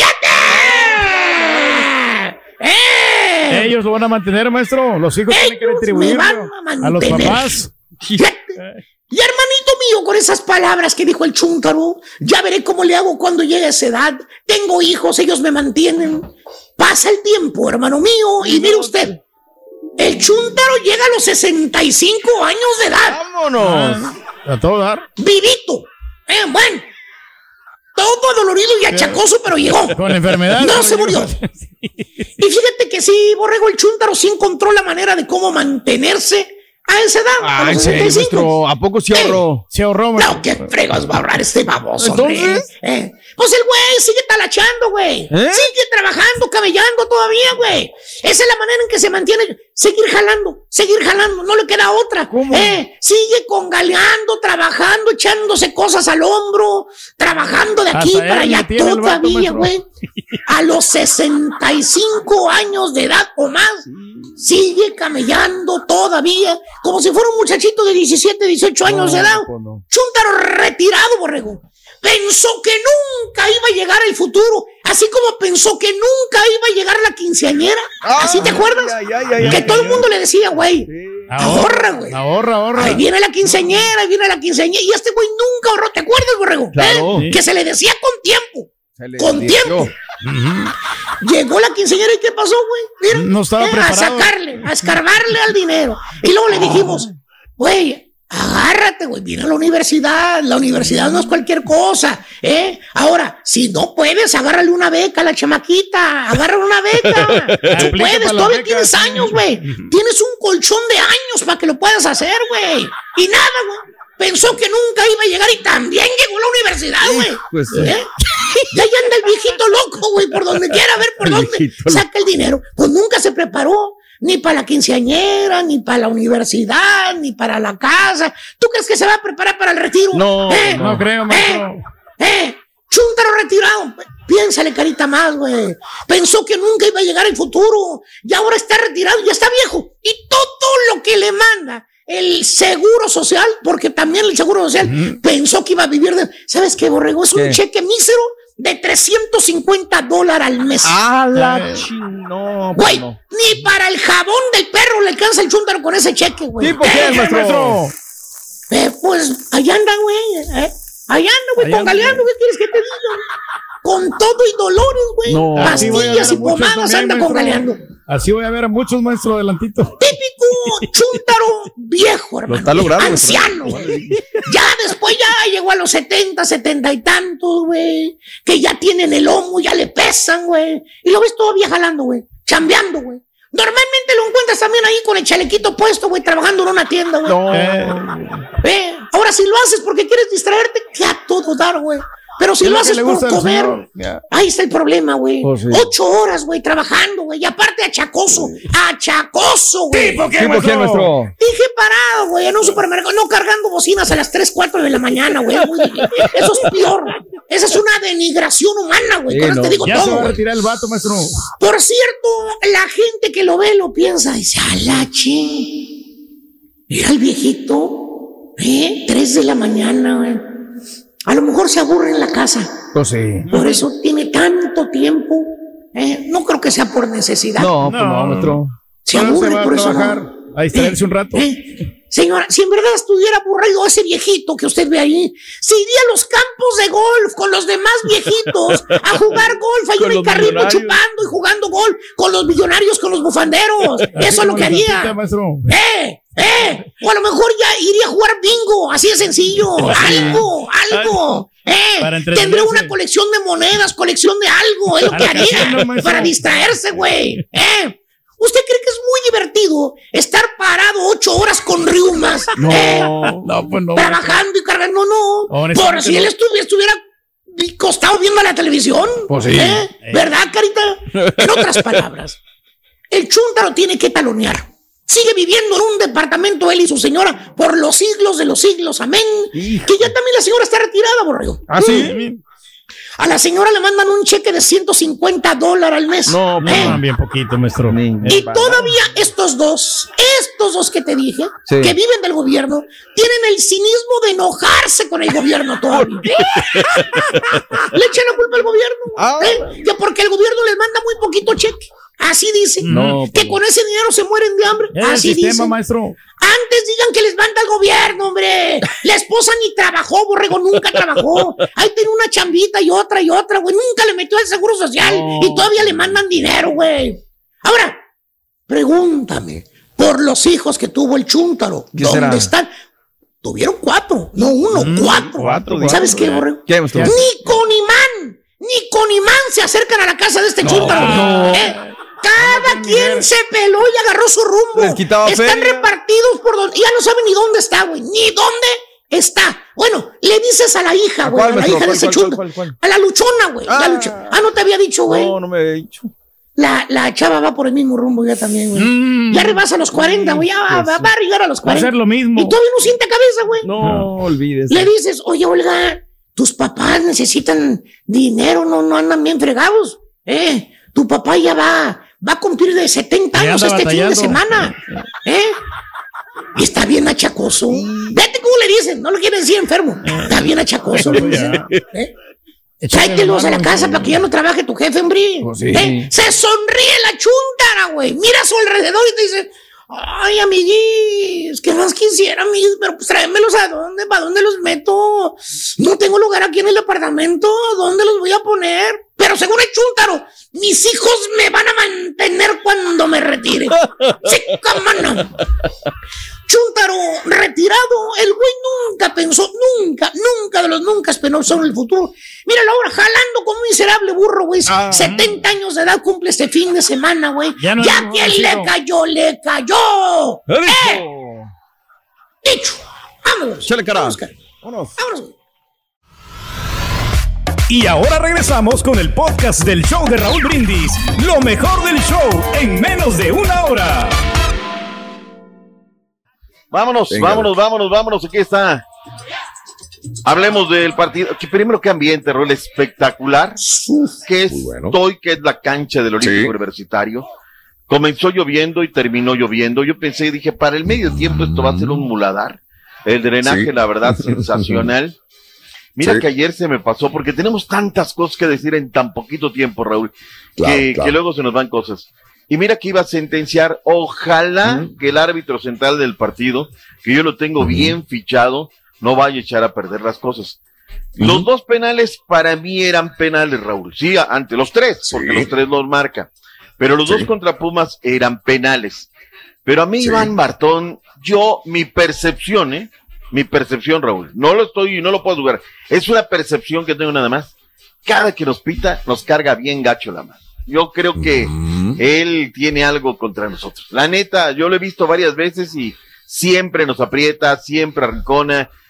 Ellos lo van a mantener, maestro. Los hijos tienen que retribuir a los papás. Y hermanito mío, con esas palabras que dijo el chúntaro, ya veré cómo le hago cuando llegue a esa edad. Tengo hijos, ellos me mantienen. Pasa el tiempo, hermano mío, y mire usted, el chúntaro llega a los 65 años de edad. ¡Vámonos! A todo dar. Vivito. Bueno, todo dolorido y achacoso, pero llegó. Con enfermedad. No se murió. Y fíjate que sí, borrego, el chúntaro sí encontró la manera de cómo mantenerse a esa edad, a los 65. ¿A poco se ahorró? Se ahorró, no, ¿qué fregos va a ahorrar este baboso? ¿Entonces? Pues el güey sigue talachando, güey. Sigue trabajando, cabellando todavía, güey. Esa es la manera en que se mantiene. Seguir jalando. No le queda otra. ¿Cómo? Sigue congaleando, trabajando, echándose cosas al hombro, trabajando de aquí para allá todavía, güey. A los 65 años de edad o más, sigue camellando todavía, como si fuera un muchachito de 17, 18 años de edad. Chúntaro retirado, borrego. Pensó que nunca iba a llegar el futuro, así como pensó que nunca iba a llegar la quinceañera. ¿Así te acuerdas? Que todo el mundo le decía, güey, ahorra, güey. Ahorra. Ahí viene la quinceañera, y este güey nunca ahorró. ¿Te acuerdas, borrego? Claro. Que se le decía con tiempo. Tiempo. Llegó la quinceañera y ¿qué pasó, güey? Mira, no estaba preparado. A escarbarle al dinero. Y luego le dijimos, güey, agárrate, güey, viene a la universidad no es cualquier cosa, Ahora, si no puedes, agárrale una beca a la chamaquita, agárrale una beca. Tú puedes, todavía tienes años, güey. Tienes un colchón de años para que lo puedas hacer, güey. Y nada, güey. Pensó que nunca iba a llegar y también llegó a la universidad, güey. Pues, Ya anda el viejito loco, güey, por donde quiera, a ver por dónde saca el dinero. Pues nunca se preparó. Ni para la quinceañera, ni para la universidad, ni para la casa. ¿Tú crees que se va a preparar para el retiro? No creo, maestro. Chúntaro retirado. Piénsale, carita, más, güey. Pensó que nunca iba a llegar el futuro. Y ahora está retirado, ya está viejo. Y todo lo que le manda el seguro social, porque también el seguro social pensó que iba a vivir de... ¿Sabes qué, borrego? Es un cheque mísero de $350 al mes. No, güey, ni para el jabón del perro le alcanza el chúntaro con ese cheque, güey. ¿Y por qué, maestro? Pues allá anda, güey. Allá anda, güey, congaleando, ¿qué quieres que te diga? Con todo y dolores, güey. No, pastillas y pomadas anda congaleando. Así voy a ver a muchos, maestro, adelantito. Típico chúntaro viejo, hermano. Lo está logrando. Anciano, güey. Ya después ya llegó a los 70 y tantos, güey. Que ya tienen el lomo, ya le pesan, güey. Y lo ves todavía jalando, güey. Chambeando, güey. Normalmente lo encuentras también ahí con el chalequito puesto, güey, trabajando en una tienda, güey. No. Ahora si lo haces porque quieres distraerte, que a todo dar, güey. Pero si lo haces por comer, ahí está el problema, güey. 8 horas, güey, trabajando, güey. Y aparte achacoso. Achacoso, güey. ¿Por qué, nuestro? Dije parado, güey, en un supermercado. No cargando bocinas a las 3, 4 de la mañana, güey. Eso es peor. Esa es una denigración humana, güey. Con eso te digo ya todo. Se va a retirar el vato, maestro. Por cierto, la gente que lo ve lo piensa. Dice, alache. Mira el viejito. 3 de la mañana, güey. A lo mejor se aburre en la casa. Pues sí. Por eso tiene tanto tiempo. No creo que sea por necesidad. No, maestro. Se aburre por eso. A distraerse un rato. Señora, si en verdad estuviera aburrido ese viejito que usted ve ahí, se iría a los campos de golf con los demás viejitos a jugar golf ahí en el carrito chupando y jugando golf con los millonarios, con los bufanderos. Eso es lo que haría. O a lo mejor ya iría a jugar bingo, así de sencillo. Algo. Tendría una colección de monedas, colección de algo. Es lo que haría para distraerse, güey. ¿Usted cree que es muy divertido estar parado 8 horas con riumas? Pues no. Trabajando y cargando, no. Por si él estuviera costado viendo la televisión. Pues sí. ¿Verdad, Carita? En otras palabras, el chúntaro tiene que talonear. Sigue viviendo en un departamento él y su señora por los siglos de los siglos, amén. Que ya también la señora está retirada, borrego. Ah, sí. A la señora le mandan un cheque de $150 al mes. No, bien poquito, maestro. Y todavía estos dos que te dije, que viven del gobierno, tienen el cinismo de enojarse con el gobierno todavía. Le echan la culpa al gobierno. Que porque el gobierno les manda muy poquito cheque. Así dice. Que con ese dinero se mueren de hambre. Así dice. Maestro. Antes digan que les manda el gobierno, hombre. La esposa ni trabajó, borrego, nunca trabajó. Ahí tiene una chambita y otra, güey. Nunca le metió al seguro social y todavía le mandan dinero, güey. Ahora, pregúntame por los hijos que tuvo el chúntaro. ¿Dónde están? Tuvieron 4, no 1, 4. ¿Sabes qué, borrego? Ni con imán se acercan a la casa de este chúntaro. Cada quien se peló y agarró su rumbo. Están repartidos por donde. Ya no saben ni dónde está, güey. Ni dónde está. Bueno, le dices a la hija, güey. A la hija de ese chúntaro. A la luchona, güey. No te había dicho, güey. No me había dicho. La chava va por el mismo rumbo ya también, güey. Ya rebasa los 40, güey. Ya va a llegar a los 40. Va a ser lo mismo. Y todavía no siente cabeza, güey. No olvides. Le dices, oye, Olga, tus papás necesitan dinero, no andan bien fregados. Tu papá ya va a cumplir de 70 años este fin de semana. Y está bien achacoso. Vete cómo le dicen, no lo quieren decir enfermo. Está bien achacoso, le dicen. Tráetelos a la casa para que ya no trabaje tu jefe, hombre. Se sonríe la chúntara, güey. Mira a su alrededor y te dice, ay, amiguis, ¿qué más quisiera, amiguis? Pero pues tráemelos a dónde, ¿para dónde los meto? No tengo lugar aquí en el apartamento, ¿dónde los voy a poner? Pero según el chúntaro, mis hijos me van a mantener cuando me retire. Sí, cómo no. Chúntaro retirado, el güey nunca pensó, nunca de los nunca pensó en el futuro. Míralo ahora, jalando como un miserable burro, güey. 70 años de edad cumple este fin de semana, güey. Ya quien le cayó. Dicho. Vámonos. Chale, cara. Vámonos. Y ahora regresamos con el podcast del show de Raúl Brindis. Lo mejor del show en menos de una hora. Vámonos. Aquí está. Hablemos del partido. Primero, qué ambiente, Raúl, espectacular. Que es que es la cancha del Olímpico Universitario. Comenzó lloviendo y terminó lloviendo. Yo pensé, dije, para el medio tiempo esto va a ser un muladar. El drenaje, la verdad, sensacional. Mira que ayer se me pasó, porque tenemos tantas cosas que decir en tan poquito tiempo, Raúl, que luego se nos van cosas. Y mira que iba a sentenciar, ojalá que el árbitro central del partido, que yo lo tengo bien fichado, no vaya a echar a perder las cosas. Los 2 penales para mí eran penales, Raúl. Sí, ante los 3, porque los 3 los marca. Pero los 2 contra Pumas eran penales. Pero a mí, Iván Martón, mi percepción, Raúl, no lo puedo dudar. Es una percepción que tengo nada más. Cada que nos pita, nos carga bien gacho la mano. Yo creo que él tiene algo contra nosotros. La neta, yo lo he visto varias veces y siempre nos aprieta, siempre arrincona.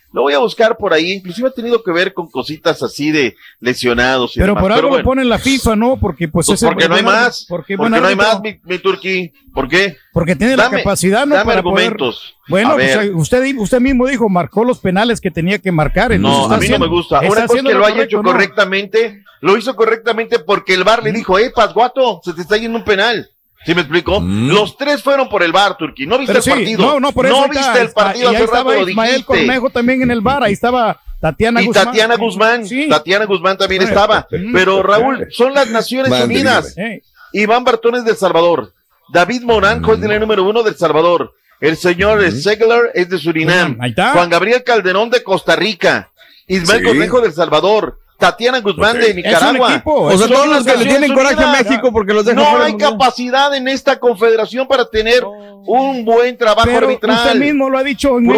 Lo voy a buscar por ahí, inclusive ha tenido que ver con cositas así de lesionados. Pero demás. Por algo lo pone en la FIFA, ¿no? Porque pues porque no hay más. Porque no hay más, mi Turqui. ¿Por qué? Porque tiene la capacidad, ¿no? Dame para argumentos. Bueno, pues usted mismo dijo, marcó los penales que tenía que marcar. No, a mí no me gusta. Una cosa que lo haya hecho correctamente, lo hizo correctamente porque el VAR le dijo, Pasguato, se te está yendo un penal. ¿Sí me explico? Los 3 fueron por el VAR, Turquí. ¿No viste el partido? No, por eso. No viste el partido hace rato, lo dijiste. Ismael Cornejo también en el VAR, ahí estaba Tatiana Guzmán. Tatiana Guzmán, sí. Tatiana Guzmán también estaba. Pero Raúl, son las Naciones Unidas. Iván Bartones de El Salvador. David Moranco es el número 1 de El Salvador. El señor Segler es de Surinam. Juan Gabriel Calderón de Costa Rica. Ismael Cornejo de El Salvador. Tatiana Guzmán de Nicaragua. O sea, todos los que le tienen coraje a México porque los dejan. No hay capacidad en esta confederación para tener un buen trabajo arbitral. Usted mismo lo ha dicho. En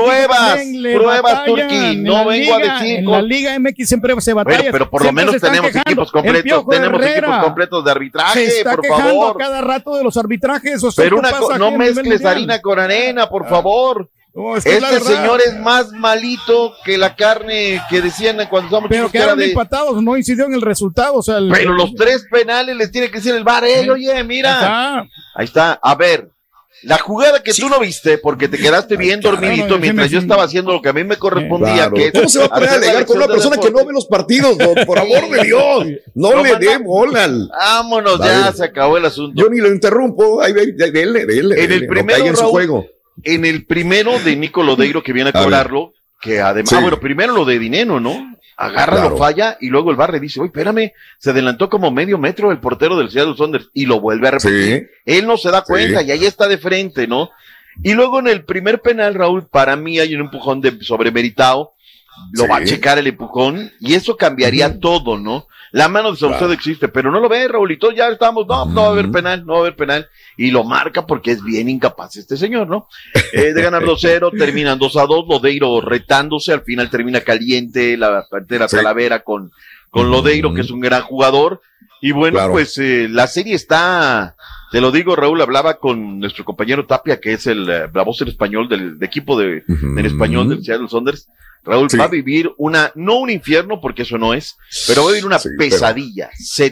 pruebas, Turquí. No vengo a decir. En la Liga MX siempre se batalla. Bueno, pero por lo menos tenemos equipos completos. Tenemos equipos completos de arbitraje, se está por quejando favor. A cada rato de los arbitrajes. Pero no mezcles harina con arena, por favor. No, es que este señor es más malito que la carne que decían cuando estábamos chicos. Pero quedaron empatados, no incidió en el resultado. O sea, pero los 3 penales les tiene que decir el VAR. Oye, mira. Ahí está. A ver, la jugada que tú no viste porque te quedaste bien dormidito mientras yo estaba haciendo lo que a mí me correspondía. Claro. ¿Cómo se va a poner a alegar con una persona que no ve los partidos? Por amor de Dios. No le dé bola. Vámonos, ya se acabó el asunto. Yo ni lo interrumpo. Ahí dele. En el primero, en su juego. En el primero de Nico Lodeiro que viene a cobrarlo, que además, bueno, primero lo de Dineno, ¿no? Agarra, lo falla y luego el VAR le dice, oye, espérame, se adelantó como medio metro el portero del Seattle Sounders y lo vuelve a repetir. Él no se da cuenta y ahí está de frente, ¿no? Y luego en el primer penal, Raúl, para mí hay un empujón de sobremeritado, lo va a checar el empujón y eso cambiaría todo, ¿no? La mano de Saucedo existe, pero no lo ve, Raúlito, ya estamos, no va a haber penal, y lo marca porque es bien incapaz este señor, ¿no? De ganar 2-0, terminan 2-2, Lodeiro retándose, al final termina caliente la partera Talavera con Lodeiro, que es un gran jugador, y bueno, pues la serie está, te lo digo, Raúl, hablaba con nuestro compañero Tapia, que es la voz en español del equipo en español del Seattle Sounders. Raúl va a vivir no un infierno, porque eso no es, pero va a vivir una pesadilla,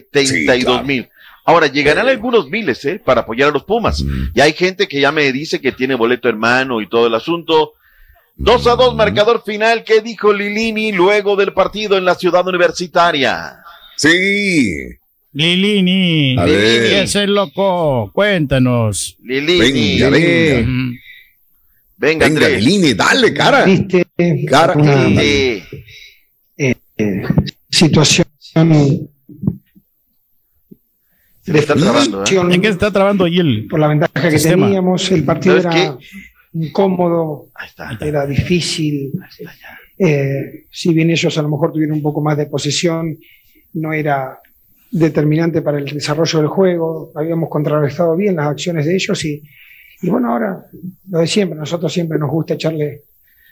72,000. Ahora, llegarán algunos miles, para apoyar a los Pumas. Y hay gente que ya me dice que tiene boleto en mano y todo el asunto. 2-2, marcador final. ¿Qué dijo Lilini luego del partido en la Ciudad Universitaria? Sí. Lilini. Ese loco, cuéntanos. Lilini. Venga, Lilini, dale, cara. Situación se está trabando, ¿En qué se está trabando ahí por la ventaja que teníamos? El partido era incómodo, era difícil. Si bien ellos a lo mejor tuvieron un poco más de posesión, no era determinante para el desarrollo del juego. Habíamos contrarrestado bien las acciones de ellos y bueno, ahora lo de siempre, nosotros siempre nos gusta echarle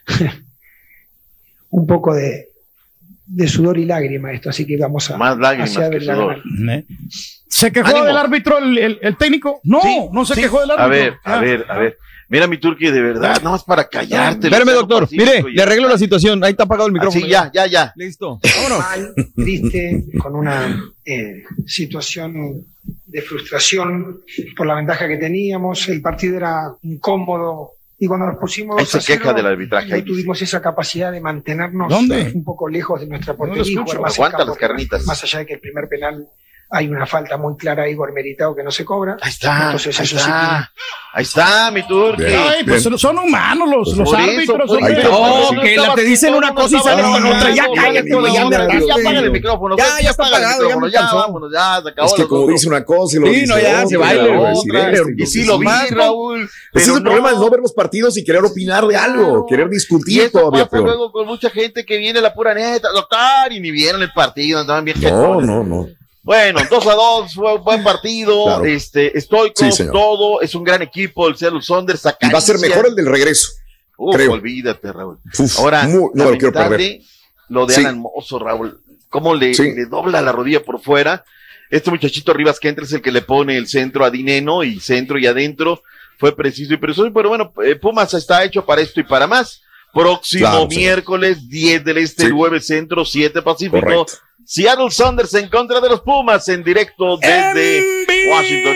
un poco de sudor y lágrima a esto, así que vamos a más lágrimas que sudor. ¿Se quejó del árbitro el técnico? No, no se quejó del árbitro. A ver. Mira, mi Turqui, de verdad, nada más para callarte. Espérame, doctor. Mire, le arreglo la situación. Ahí está apagado el micrófono. Sí, ya. Listo. Vámonos. Triste, con una situación de frustración por la ventaja que teníamos. El partido era incómodo. Y cuando nos pusimos se queja del arbitraje. No tuvimos esa capacidad de mantenernos un poco lejos de nuestra portería. Aguanta las carnitas. Más allá de que el primer penal hay una falta muy clara a Igor Meritao que no se cobra. Ahí está. Ahí está, mi Turqui. Ay, pues son humanos los árbitros. Que te dicen una cosa y salen con otra. Ya cállate, güey. Ya apaga el micrófono. Ya está apagado. Ya vámonos, ya se acabó. Es que como dice una cosa y lo dice ya se baila. Y sí lo vi, Raúl. Ese es el problema de no ver los partidos y querer opinar de algo, querer discutir todavía peor. Luego con mucha gente que viene la pura neta, doctor, y ni vieron el partido, andaban bien. No. Bueno, 2-2, fue un buen partido, claro. Estoicos, todo, es un gran equipo, el Seattle Sounders. Y va a ser mejor el del regreso, creo. Olvídate, Raúl. Ahora, no lo quiero perder. Lo de Alan Mozo, Raúl, cómo le dobla la rodilla por fuera. Este muchachito Rivas Kentra es el que le pone el centro a Dineno, y centro y adentro, fue preciso y preciso, pero bueno, Pumas está hecho para esto y para más. Próximo miércoles, 10 del Este, 9 Centro, 7 Pacífico. Correcto. Seattle Sounders en contra de los Pumas en directo desde Washington.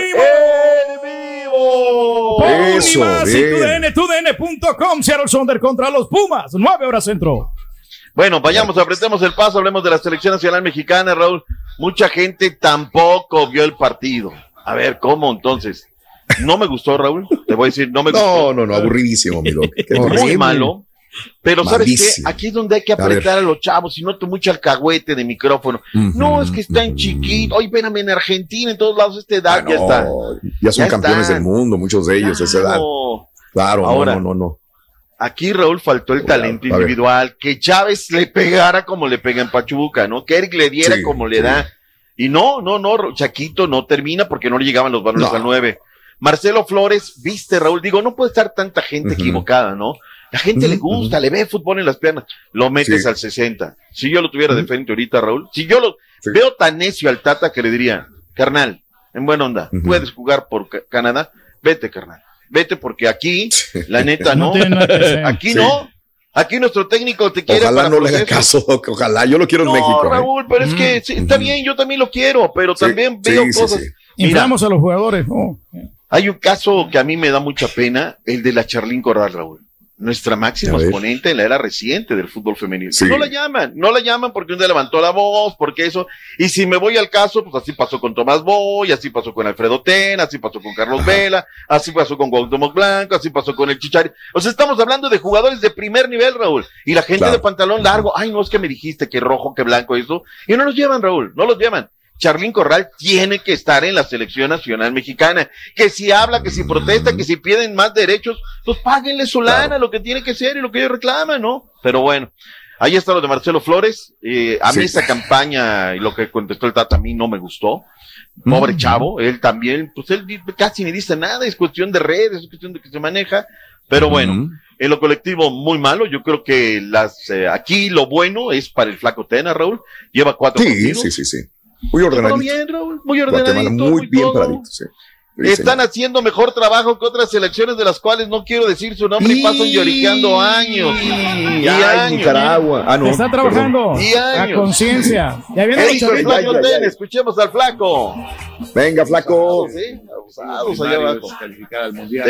¡En vivo! Eso, más y TUDN.com. Seattle Sounders contra los Pumas, 9 horas Centro. Bueno, vayamos, apretemos el paso, hablemos de la selección nacional mexicana, Raúl. Mucha gente tampoco vio el partido. A ver, ¿cómo entonces? No me gustó, Raúl. Te voy a decir, no me gustó. No, aburridísimo, mi loco. Muy malo. Pero ¿sabes qué? Aquí es donde hay que apretar a los chavos. Si noto mucho alcahuete de micrófono. No, es que están chiquitos. Oye, espérame, en Argentina, en todos lados, esta edad ya está. Ya son campeones del mundo, muchos de ellos, esa edad. Claro, ahora, no. Aquí, Raúl, faltó el talento individual. Que Chávez le pegara como le pega en Pachuca, ¿no? Que Eric le diera como le da. Y no, Chaquito no termina porque no le llegaban los balones al 9. Marcelo Flores, viste, Raúl, digo, no puede estar tanta gente equivocada, ¿no? La gente le gusta, le ve fútbol en las piernas, lo metes al 60. Si yo lo tuviera de frente ahorita, Raúl, si yo lo veo tan necio al Tata que le diría, carnal, en buena onda, puedes jugar por Canadá, vete, carnal, vete porque aquí, la neta, no, aquí no. Aquí nuestro técnico te quiere. Ojalá no le haga caso, ojalá, yo lo quiero en México. No, Raúl, pero es que está bien, yo también lo quiero, pero también veo cosas. Inflamos a los jugadores, ¿no? Hay un caso que a mí me da mucha pena, el de la Charlín Corral, Raúl. Nuestra máxima exponente en la era reciente del fútbol femenino. No la llaman porque un día levantó la voz, porque eso. Y si me voy al caso, pues así pasó con Tomás Boy, así pasó con Alfredo Ten, así pasó con Carlos Vela, así pasó con Cuauhtémoc Blanco, así pasó con el Chichari. O sea, estamos hablando de jugadores de primer nivel, Raúl. Y la gente de pantalón largo, ay, no, es que me dijiste que rojo, que blanco, eso. Y no los llevan, Raúl, no los llevan. Charlín Corral tiene que estar en la selección nacional mexicana, que si habla, que si protesta, que si piden más derechos, pues páguenle su lana, lo que tiene que ser y lo que ellos reclaman, ¿no? Pero bueno, ahí está lo de Marcelo Flores, a mí esa campaña y lo que contestó el Tata a mí no me gustó, pobre chavo, él también, pues él casi ni dice nada, es cuestión de redes, es cuestión de que se maneja, pero bueno, en lo colectivo muy malo, yo creo que aquí lo bueno es para el Flaco Tena, Raúl, lleva 4 partidos. Sí. Muy ordenadito. Bien, Raúl, muy ordenadito. Muy bien paradito, Están haciendo mejor trabajo que otras selecciones de las cuales no quiero decir su nombre y pasan lloriqueando años. Y años. Nicaragua. No. Está trabajando. Y años. A conciencia. Ya viene el Flaco Ten, escuchemos al Flaco. Venga, Flaco. Abusados allá abajo. Calificar al mundial.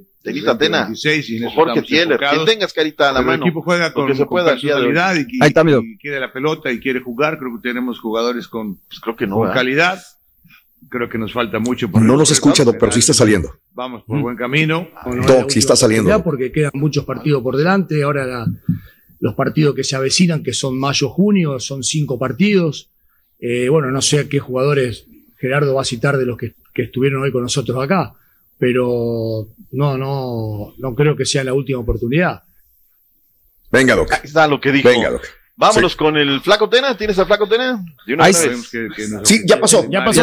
Tena. Jorge Tieler. Quien tengas carita a la mano. El equipo juega con personalidad y quiere la pelota y quiere jugar. Creo que tenemos jugadores con calidad. Creo que nos falta mucho. No nos escucha, Doc, pero sí está saliendo. Vamos por buen camino. Doc, sí está saliendo. Porque quedan muchos partidos por delante. Ahora los partidos que se avecinan, que son mayo-junio, son 5 partidos. No sé a qué jugadores Gerardo va a citar de los que estuvieron hoy con nosotros acá. Pero no creo que sea la última oportunidad. Venga, Doc. Ahí está lo que dijo. Venga, Doc. Vámonos con el Flaco Tena. ¿Tienes al Flaco Tena? Sí, ya pasó. Ya pasó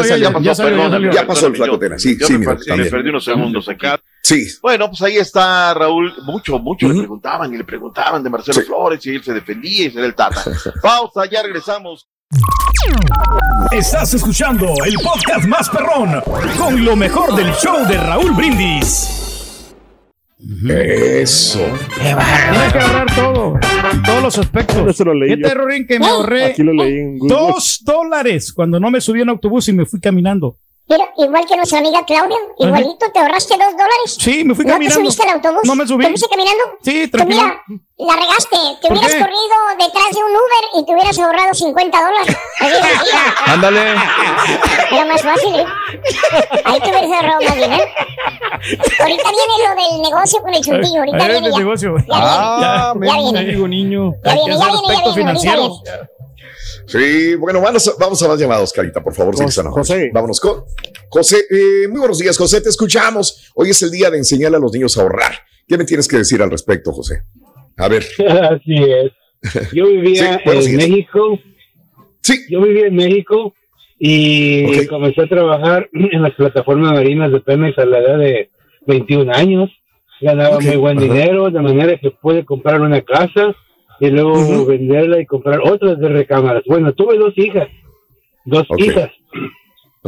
el Flaco Tena. Sí, me perdí unos segundos aquí. Sí. Bueno, pues ahí está Raúl. Mucho le preguntaban de Marcelo Flores y él se defendía y será el Tata. Pausa, ya regresamos. Estás escuchando el podcast más perrón con lo mejor del show de Raúl Brindis. Eso. Qué bárbaro. Tienes que ahorrar todos los aspectos. Este errorín que me ahorré aquí lo leí en Google. $2 cuando no me subí en autobús y me fui caminando. Pero igual que nuestra amiga Claudia, igualito, ¿te ahorraste $2? Sí, me fui caminando. ¿No te subiste al autobús? No me subí. ¿Te fuiste caminando? Sí, tranquilo. Mira, la regaste. Te hubieras corrido detrás de un Uber y te hubieras ahorrado $50. Ándale. Era más fácil, ¿eh? Ahí te hubieras ahorrado más bien, ¿eh? Ahorita viene lo del negocio con el chuntillo. Ahorita viene el negocio. Ya viene. Amigo niño. Ya viene. Sí, bueno, vamos a más llamados, Carita, por favor. José. Vámonos con José. Muy buenos días, José, te escuchamos. Hoy es el día de enseñarle a los niños a ahorrar. ¿Qué me tienes que decir al respecto, José? A ver. Así es. Yo vivía en México. Sí. Yo vivía en México y comencé a trabajar en las plataformas marinas de Pemex a la edad de 21 años. Ganaba muy buen dinero, de manera que pude comprar una casa y luego venderla y comprar otras de recámaras. Bueno, tuve 2 hijas. Hijas.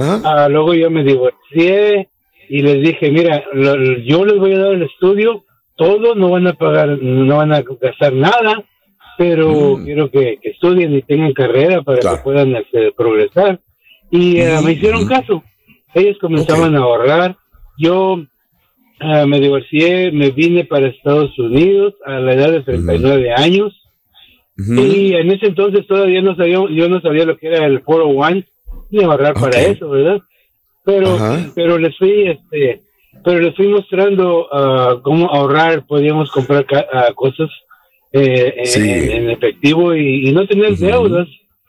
Luego yo me divorcié y les dije, mira, yo les voy a dar el estudio, todo, no van a pagar, no van a gastar nada, pero quiero que estudien y tengan carrera para que puedan progresar. Y me hicieron caso. Ellos comenzaban a ahorrar. Yo me divorcié, me vine para Estados Unidos a la edad de 39 años. Y en ese entonces todavía yo no sabía lo que era el 401 ni ahorrar para eso, ¿verdad? Pero les fui mostrando cómo ahorrar, podíamos comprar cosas en efectivo y no tener deudas.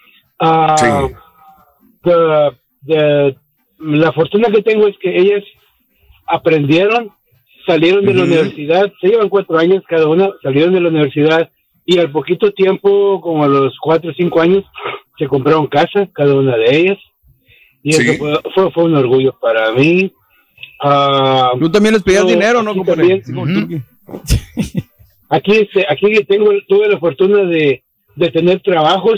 La fortuna que tengo es que ellas aprendieron, salieron de la universidad, se llevan 4 años cada una, salieron de la universidad y al poquito tiempo, como a los 4 o 5 años, se compraron casa, cada una de ellas. Y eso fue un orgullo para mí. Tú también les pedías dinero, ¿no? Aquí tuve la fortuna de tener trabajos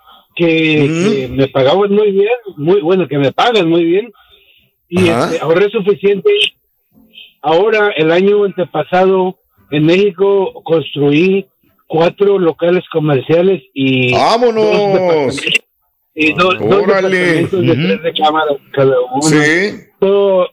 que me pagaban muy bien, que me pagan muy bien, y ahorré suficiente. Ahora, el año antepasado, en México, construí 4 locales comerciales y ¡vámonos! Dos departamentos de 3 recámaras cada uno. Todo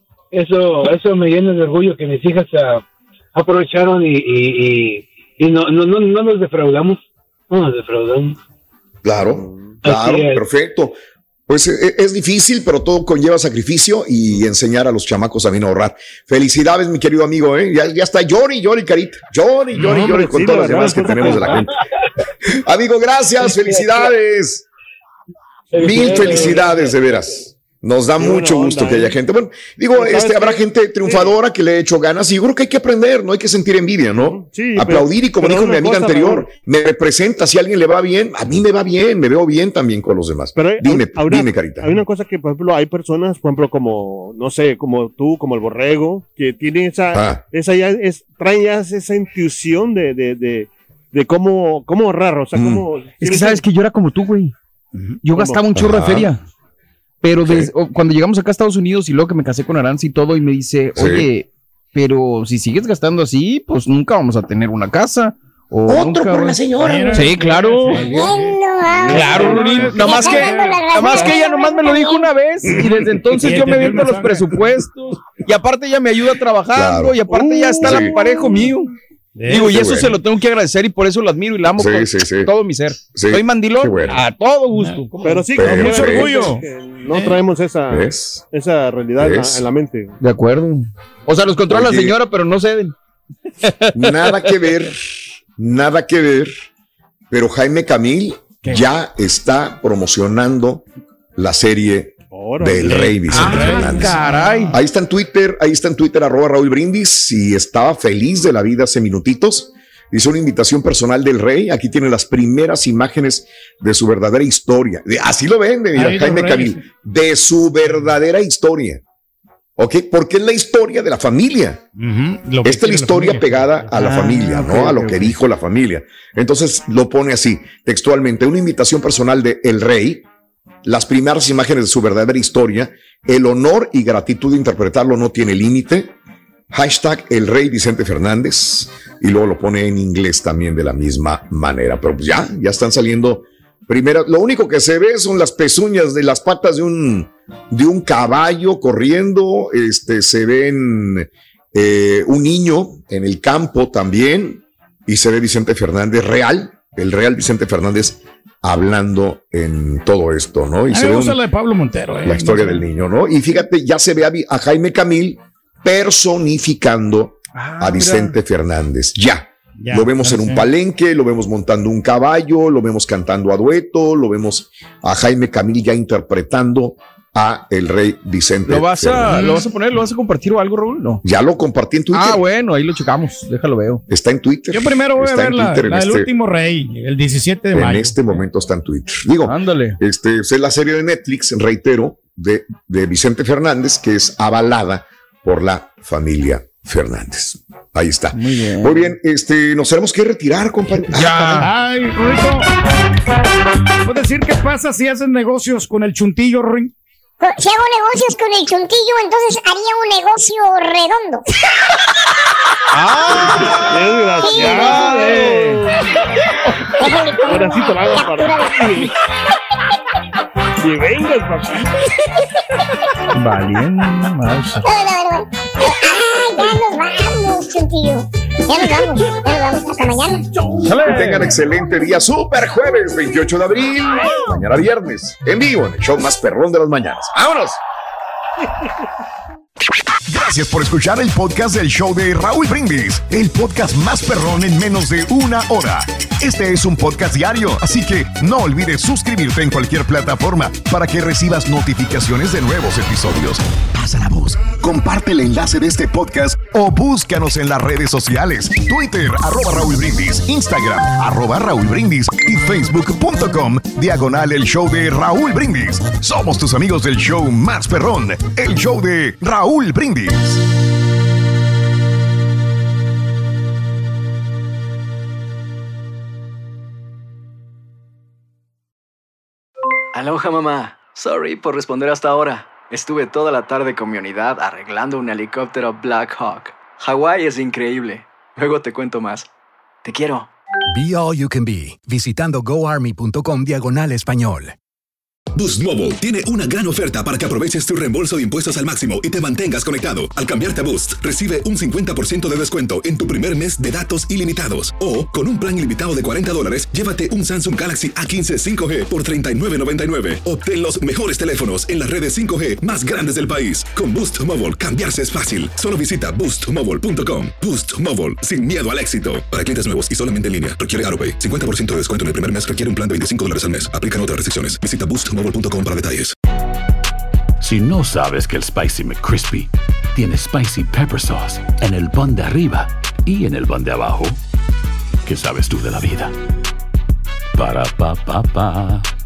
eso me llena de orgullo que mis hijas aprovecharon y no nos defraudamos. No nos defraudamos. Claro, perfecto. Pues es difícil, pero todo conlleva sacrificio y enseñar a los chamacos también a ahorrar. Felicidades, mi querido amigo, ¿eh? Ya está llori, carita. Llori, con todas las demás que tenemos de la gente. Amigo, gracias, felicidades. Mil felicidades, de veras. Nos da mucho gusto que haya gente. Bueno, digo, habrá gente triunfadora que le ha hecho ganas y yo creo que hay que aprender, no hay que sentir envidia, ¿no? Sí, aplaudir y como dijo mi amiga anterior, me representa, si a alguien le va bien, a mí me va bien, me veo bien también con los demás. Pero dime, Carita. Hay una cosa que, por ejemplo, hay personas, por ejemplo, como, no sé, como tú, como el Borrego, que tienen traen ya esa intuición de cómo ahorrar, o sea, cómo... Es que sabes que yo era como tú, güey. Yo gastaba un chorro de feria. Pero cuando llegamos acá a Estados Unidos y luego que me casé con Aranza y todo, y me dice, oye, pero si sigues gastando así, pues nunca vamos a tener una casa. Otro por la señora. Sí, claro. Claro, nada más que ella nomás me lo dijo una vez y desde entonces yo me viento los presupuestos y aparte ella me ayuda trabajando y aparte ya está la parejo mío. Digo, y eso se lo tengo que agradecer y por eso lo admiro y la amo con todo mi ser. Soy mandilón a todo gusto. Pero sí, con mucho orgullo. No traemos esa realidad en la mente. De acuerdo. O sea, los controla la señora, pero no ceden. Nada que ver. Pero Jaime Camil ya está promocionando la serie del Rey Vicente Fernández. Caray. Ahí está en Twitter, @Raúl Brindis, y estaba feliz de la vida hace minutitos. Hizo una invitación personal del Rey. Aquí tiene las primeras imágenes de su verdadera historia. Así lo vende, mira, Jaime Camil. De su verdadera historia. ¿Ok? Porque es la historia de la familia. Esta es la historia pegada a la familia, ¿no? A lo que dijo la familia. Entonces lo pone así, textualmente: una invitación personal de El Rey. Las primeras imágenes de su verdadera historia, el honor y gratitud de interpretarlo no tiene límite. #El Rey Vicente Fernández. Y luego lo pone en inglés también de la misma manera. Pero pues ya están saliendo primero. Lo único que se ve son las pezuñas de las patas de un caballo corriendo. Se ven un niño en el campo también. Y se ve Vicente Fernández el real Vicente Fernández, hablando en todo esto, ¿no? Y a mí me gusta la de Pablo Montero. La historia del niño, ¿no? Y fíjate, ya se ve a Jaime Camil personificando a Vicente Fernández. Ya. Lo vemos en un palenque, lo vemos montando un caballo, lo vemos cantando a dueto, lo vemos a Jaime Camil ya interpretando a el Rey Vicente Fernández. ¿Lo vas a poner? ¿Lo vas a compartir o algo, Raúl? No. Ya lo compartí en Twitter. Bueno, ahí lo checamos. Déjalo veo. Está en Twitter. Yo primero voy a ver la del último Rey, el 17 de mayo. En este momento está en Twitter. Digo, ándale. Es la serie de Netflix, reitero, de Vicente Fernández, que es avalada por la familia Fernández. Ahí está. Muy bien. Nos tenemos que retirar, compadre. Ya. Ay, Rito. ¿Puedes decir qué pasa si haces negocios con el Chuntillo, Ruin? Si hago negocios con el Chuntillo, entonces haría un negocio redondo. Desgraciado. Ahora sí te van a parar. Y vengas, papá. Valiendo más. Ya nos vamos, Chuntillo. Ya nos vamos. Hasta mañana. Que tengan excelente día. Super jueves 28 de abril. Mañana viernes. En vivo en el show más perrón de las mañanas. ¡Vámonos! Gracias por escuchar el podcast del show de Raúl Brindis, el podcast más perrón en menos de una hora. Este es un podcast diario, así que no olvides suscribirte en cualquier plataforma para que recibas notificaciones de nuevos episodios. Pasa la voz, comparte el enlace de este podcast o búscanos en las redes sociales. Twitter, @Raúl Brindis, Instagram, @Raúl Brindis y Facebook.com/el show de Raúl Brindis. Somos tus amigos del show más perrón, el show de Raúl Brindis. Aloha, mamá. Sorry por responder hasta ahora. Estuve toda la tarde con mi unidad arreglando un helicóptero Black Hawk. Hawái es increíble. Luego te cuento más. Te quiero. Be All You Can Be, visitando goarmy.com/español. Boost Mobile tiene una gran oferta para que aproveches tu reembolso de impuestos al máximo y te mantengas conectado. Al cambiarte a Boost, recibe un 50% de descuento en tu primer mes de datos ilimitados. O, con un plan ilimitado de $40, llévate un Samsung Galaxy A15 5G por $39.99. Obtén los mejores teléfonos en las redes 5G más grandes del país. Con Boost Mobile, cambiarse es fácil. Solo visita boostmobile.com. Boost Mobile, sin miedo al éxito. Para clientes nuevos y solamente en línea, requiere AutoPay. 50% de descuento en el primer mes requiere un plan de $25 al mes. Aplican otras restricciones. Visita boostmobile.com para detalles. Si no sabes que el Spicy McCrispy tiene Spicy Pepper Sauce en el pan de arriba y en el pan de abajo, ¿qué sabes tú de la vida? Para, pa, pa, pa.